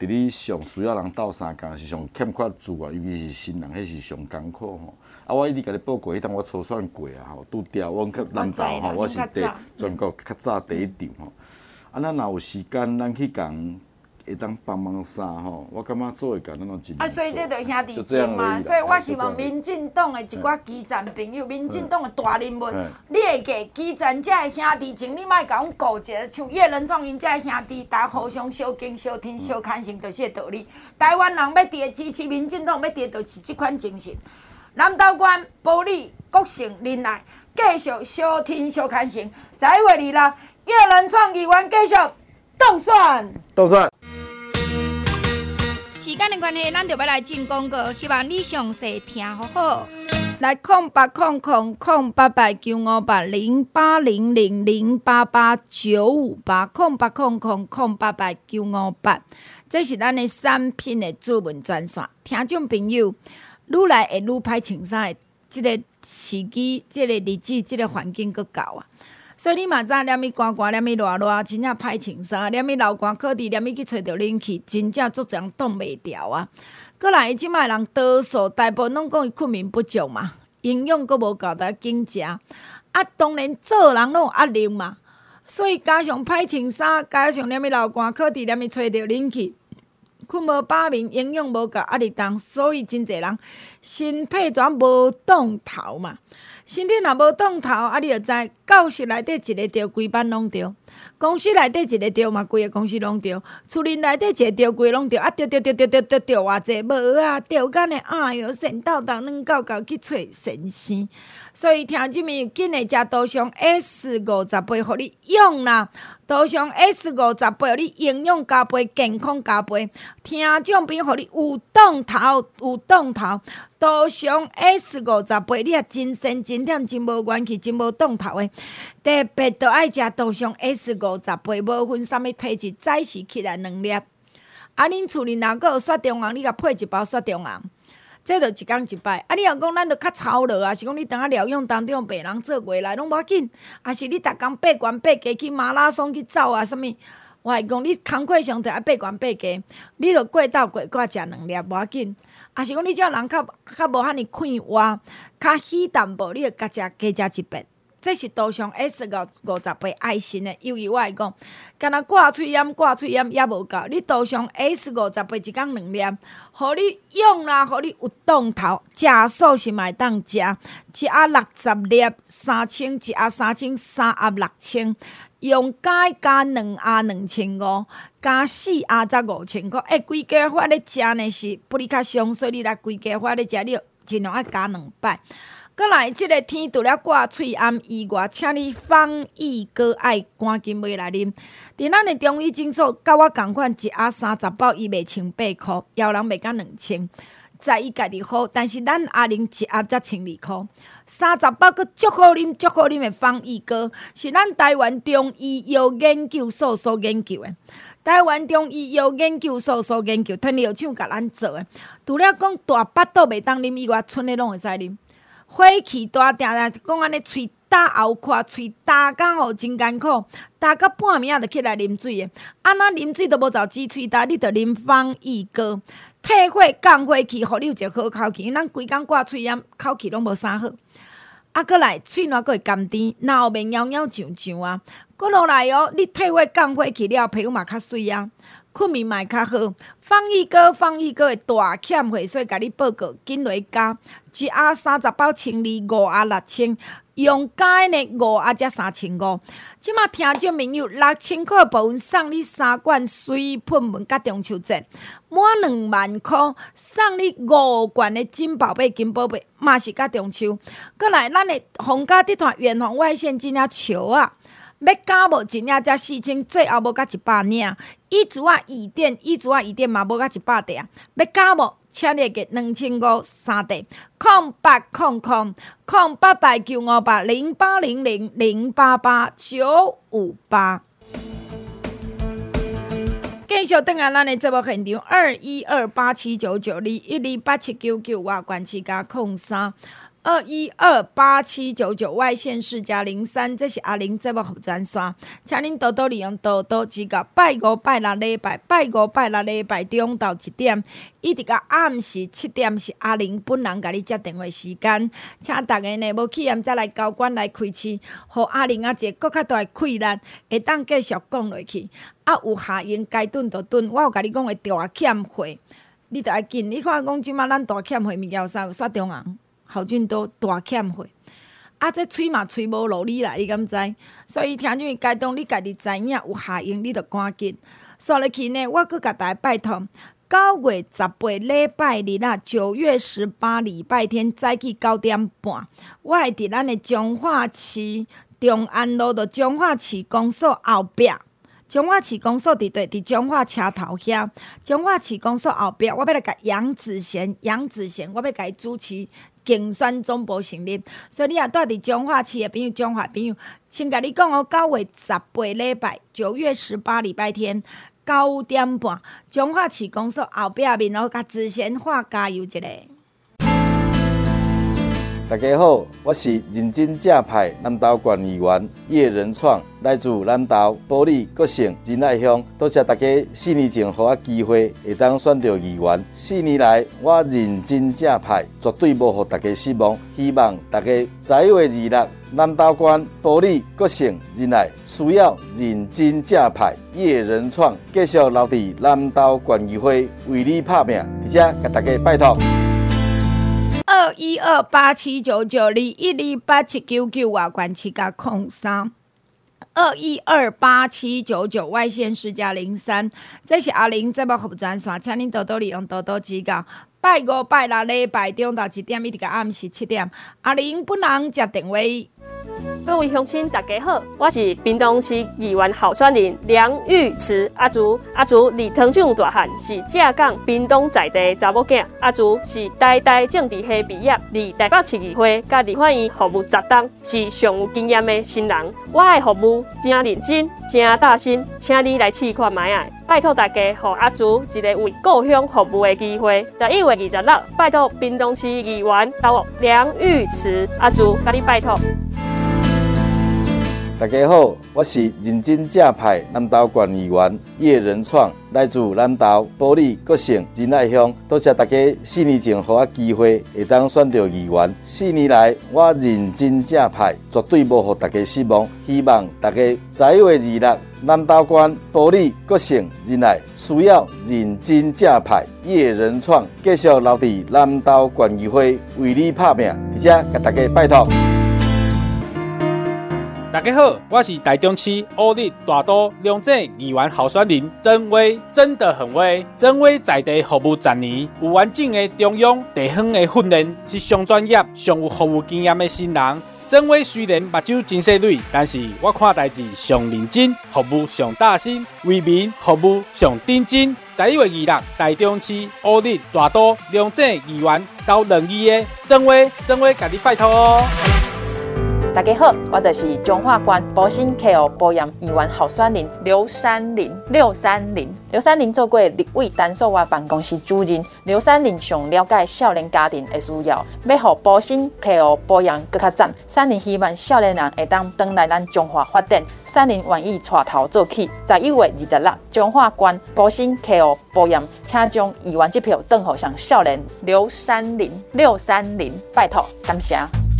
伫你上需要人斗相共，是上欠缺资源，尤其是新人，迄是上艰苦吼。啊，我一直甲你报过，迄当我初选过啊吼，拄着阮去南投吼，我是全国较早第一场吼。啊，咱若有时间，咱去共会当帮忙啥吼，我感觉做会甲咱都尽量做。 所以这就兄弟情嘛，所以我希望民进党的一寡基层朋友，民进党的大人物，你会记基层这兄弟情，你莫甲阮顾一下，像叶仁创因这兄弟，大家互相相敬相挺相牵成，就是个道理。台湾人要伫个支持民进党，要伫就是这款精神。南投县、埔里、国姓、林内，继续相挺相牵成。10月26，叶仁创议员继续当选。 当选。 时间的关系，咱就要来进广告，希望你详细听好好。来0800-088-958-088958，这是咱的产品的主文专线。听众朋友，愈来会愈歹穿衫的这个时机、这个日子、这个环境佫到啊。所以你嘛知，连伊寒寒，连伊热热，真正歹穿衫；连伊流汗可伫，连伊去找着冷气，真正足人挡袂牢啊。过来，即摆人多数大部分拢讲伊困眠不足嘛，营养佫无够得紧食。啊，当然做人拢有压力嘛，所以加上歹穿衫，加上连伊流汗可伫，连伊找着冷气，困无饱眠，营养无够，压力重，所以真侪人身体全无档头嘛。身体若无档头，啊，你就知教室内底一个着，规班拢着；公司内底一个着嘛，规个公司拢着；厝林内底一个着，规个拢着。啊，着偌济无啊，着干呢？哎哟，神斗斗软狗狗去找神仙。所以听即面紧诶，食多上 S50杯，互你用啦。多上 S50杯，互你营养加倍，健康加倍。听众朋友，互你有档头，有档头。多上 S50杯，你也真神真忝，真无元气，真无档头诶。特别都爱食多上 S50杯，无分啥物体质，早时起来2粒。啊，恁厝里若佫有雪中红，你甲配一包雪中红。这就一工一摆，啊！你若讲咱就较操劳啊，是讲你当啊疗养当中病人做过来拢无要紧，啊是你逐工爬悬爬低去马拉松去走啊，啥物？我会讲你工课上着爱爬悬爬低，你着过斗过食2粒无要紧。啊是讲你这人较无遐尼快活，较喜淡薄，你着加食一遍。这是多上 S50杯爱心的，由于我会讲，干那挂嘴炎也无够，你多上 S50杯一工2粒，互你用啦，互你有档头，食素是嘛会当食，一盒60粒3000，一盒3000，3盒6000，用解加2盒2500，加4盒才5000块。规家伙咧食呢是不哩较伤，所以你来规家伙咧食，你尽量爱加2摆。过来，即个天除了挂喙暗以外，请你防疫搁爱赶紧买来啉。伫咱的中医诊所，甲我共款一盒30包，伊卖18箍，有人卖到2000。在伊家己好，但是咱阿玲一盒才12箍。30包佫足好啉，足好啉的防疫膏，是咱台湾中医药研究所所研究的。台湾中医药研究所所研究，听药厂甲咱做的。除了讲大巴肚袂当啉以外，剩的拢会使啉。火气大，定讲安尼，喙打喉壳，喙打甲吼真艰苦，打到半暝就起来啉水的。安那啉水都无走止喙打，你着啉防疫膏，退火降火气，互你有一个好口气。咱规工挂喙炎，口气拢无啥好。啊，过来喙暖佫会甘甜，然后面袅袅上上啊。佫落来哦，你退火降火气了，皮肤嘛较水啊。困眠嘛会较好，防疫膏的大欠会所甲你报告，紧来加一盒30包1200，5盒6000，用加呢5盒才3500。即马听众朋友6000块部分送你3罐水喷门甲中秋节，满2万块送你5罐的金宝贝，嘛是甲中秋。过来，咱的皇家集团远红外线真正笑啊！要加无一领才4000，最后无甲100领。椅子啊椅垫嘛无甲100块啊！要加无，请你给2500 3块。0800-958-0800-0888-958。继续转来咱的节目现场，212879921287992，关市加03。 2128799外线市加03，这是阿玲节目服专线，请您多多利用多多指教。拜五拜六礼拜中到1点，一直到暗时7点是阿玲本人甲你接电话时间，请大家呢无去再来交关来开市，互阿玲一个更较大的气力，会当继续讲落去。有下用该顿就顿，我有甲你讲的大欠货，你着要紧。你看讲即马咱大欠货物件有啥？有煞中红。侯俊都大欠货，这吹嘛吹无落你啦，你敢知？所以听众们该当你家己知影有下用，你着赶紧。刷落去呢，我阁甲大家拜托，9月18礼拜日啊，9月18礼拜天早起9点半，我会伫咱的彰化市中安路的彰化市公所后壁。彰化市公所伫对？伫彰化车头遐。彰化市公所后壁，我要来甲杨子贤，我要甲伊主持竞选总部成立。所以你若住伫彰化市的朋友、彰化朋友，先甲你讲哦，9月18礼拜，9月18礼拜天9点半，彰化市公所后壁面哦，甲子贤话加油一下。 大家好，我是认真正派南投县议员叶仁创，来自南投埔里国姓仁爱乡。多谢大家4年前给我机会，会当选到议员。4年来，我认真正派，绝对无让大家失望。希望大家10月26日，南投县埔里国姓仁爱需要认真正派叶仁创继续留伫南投县议会为你拍拼，而且甲大家拜托。 212879921287999外关市加03。2128799外线市加03，这是阿玲节目服务专线，请您多多利用，多多指教。拜五拜六礼拜中到1点，一直到暗时7点，阿玲本人接电话。 各位乡亲，大家好，我是屏东市议员候选人梁玉慈阿竹。阿竹离汤厂大汉，是正港屏东在地查某囝。阿竹是代代政治系毕业，离台北市议会甲立法院服务10冬，是上有经验的新人。我的服务真认真，真大心，请你来试看卖啊！拜托大家，给阿竹一个为故乡服务的机会。11月26日，拜托屏东市议员梁玉慈阿竹，甲你拜托。 大家好，我是认真正派南投县议员叶仁创，来自南投埔里国姓仁爱乡。多谢大家4年前给我机会，会当选到议员。4年来，我认真正派，绝对无让大家失望。希望大家11月26日，南投县埔里国姓仁爱需要认真正派叶仁创继续留伫南投县议会为你拍拼，而且甲大家拜托。 大家好，我是台中市乌日大都两镇议员候选人曾威，真的很威。曾威在地服务10年，有完整的中央地方的训练，是上专业、上有服务经验的新人。曾威虽然目睭真细蕊，但是我看代志上认真，服务上大心，为民服务上认真。11月26日，台中市乌日大都两镇议员到2议的曾威，甲你拜托哦。 大家好，我就是彰化县保新 KO 保养议员候选人刘三林。刘三林做过立委单数外办公室主任。刘三林上了解少年家庭的需要，要让保新 KO 保养更较赞。三林希望少年人会当回来咱彰化发展。三林愿意带头做起。11月26日，彰化县保新 KO 保养，请将议员这票转予上少年刘三林，拜托，感谢。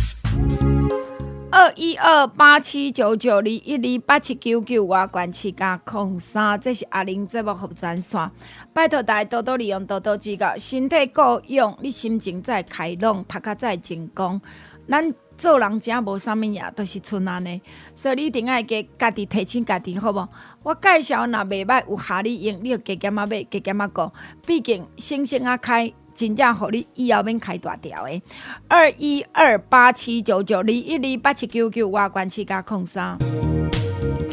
212879921287999外关市加03，这是阿玲节目服务专线。拜托大家多多利用，多多指教。身体够用，你心情才会开朗，读较才会成功。咱做人真无啥物呀，都是剩安尼。所以你一定要家己提醒家己，好无？我介绍若袂歹，有下你用，你就加减仔买，加减仔顾。毕竟星星啊开。真正互你以后免开大条的，212879921287999外关市加03。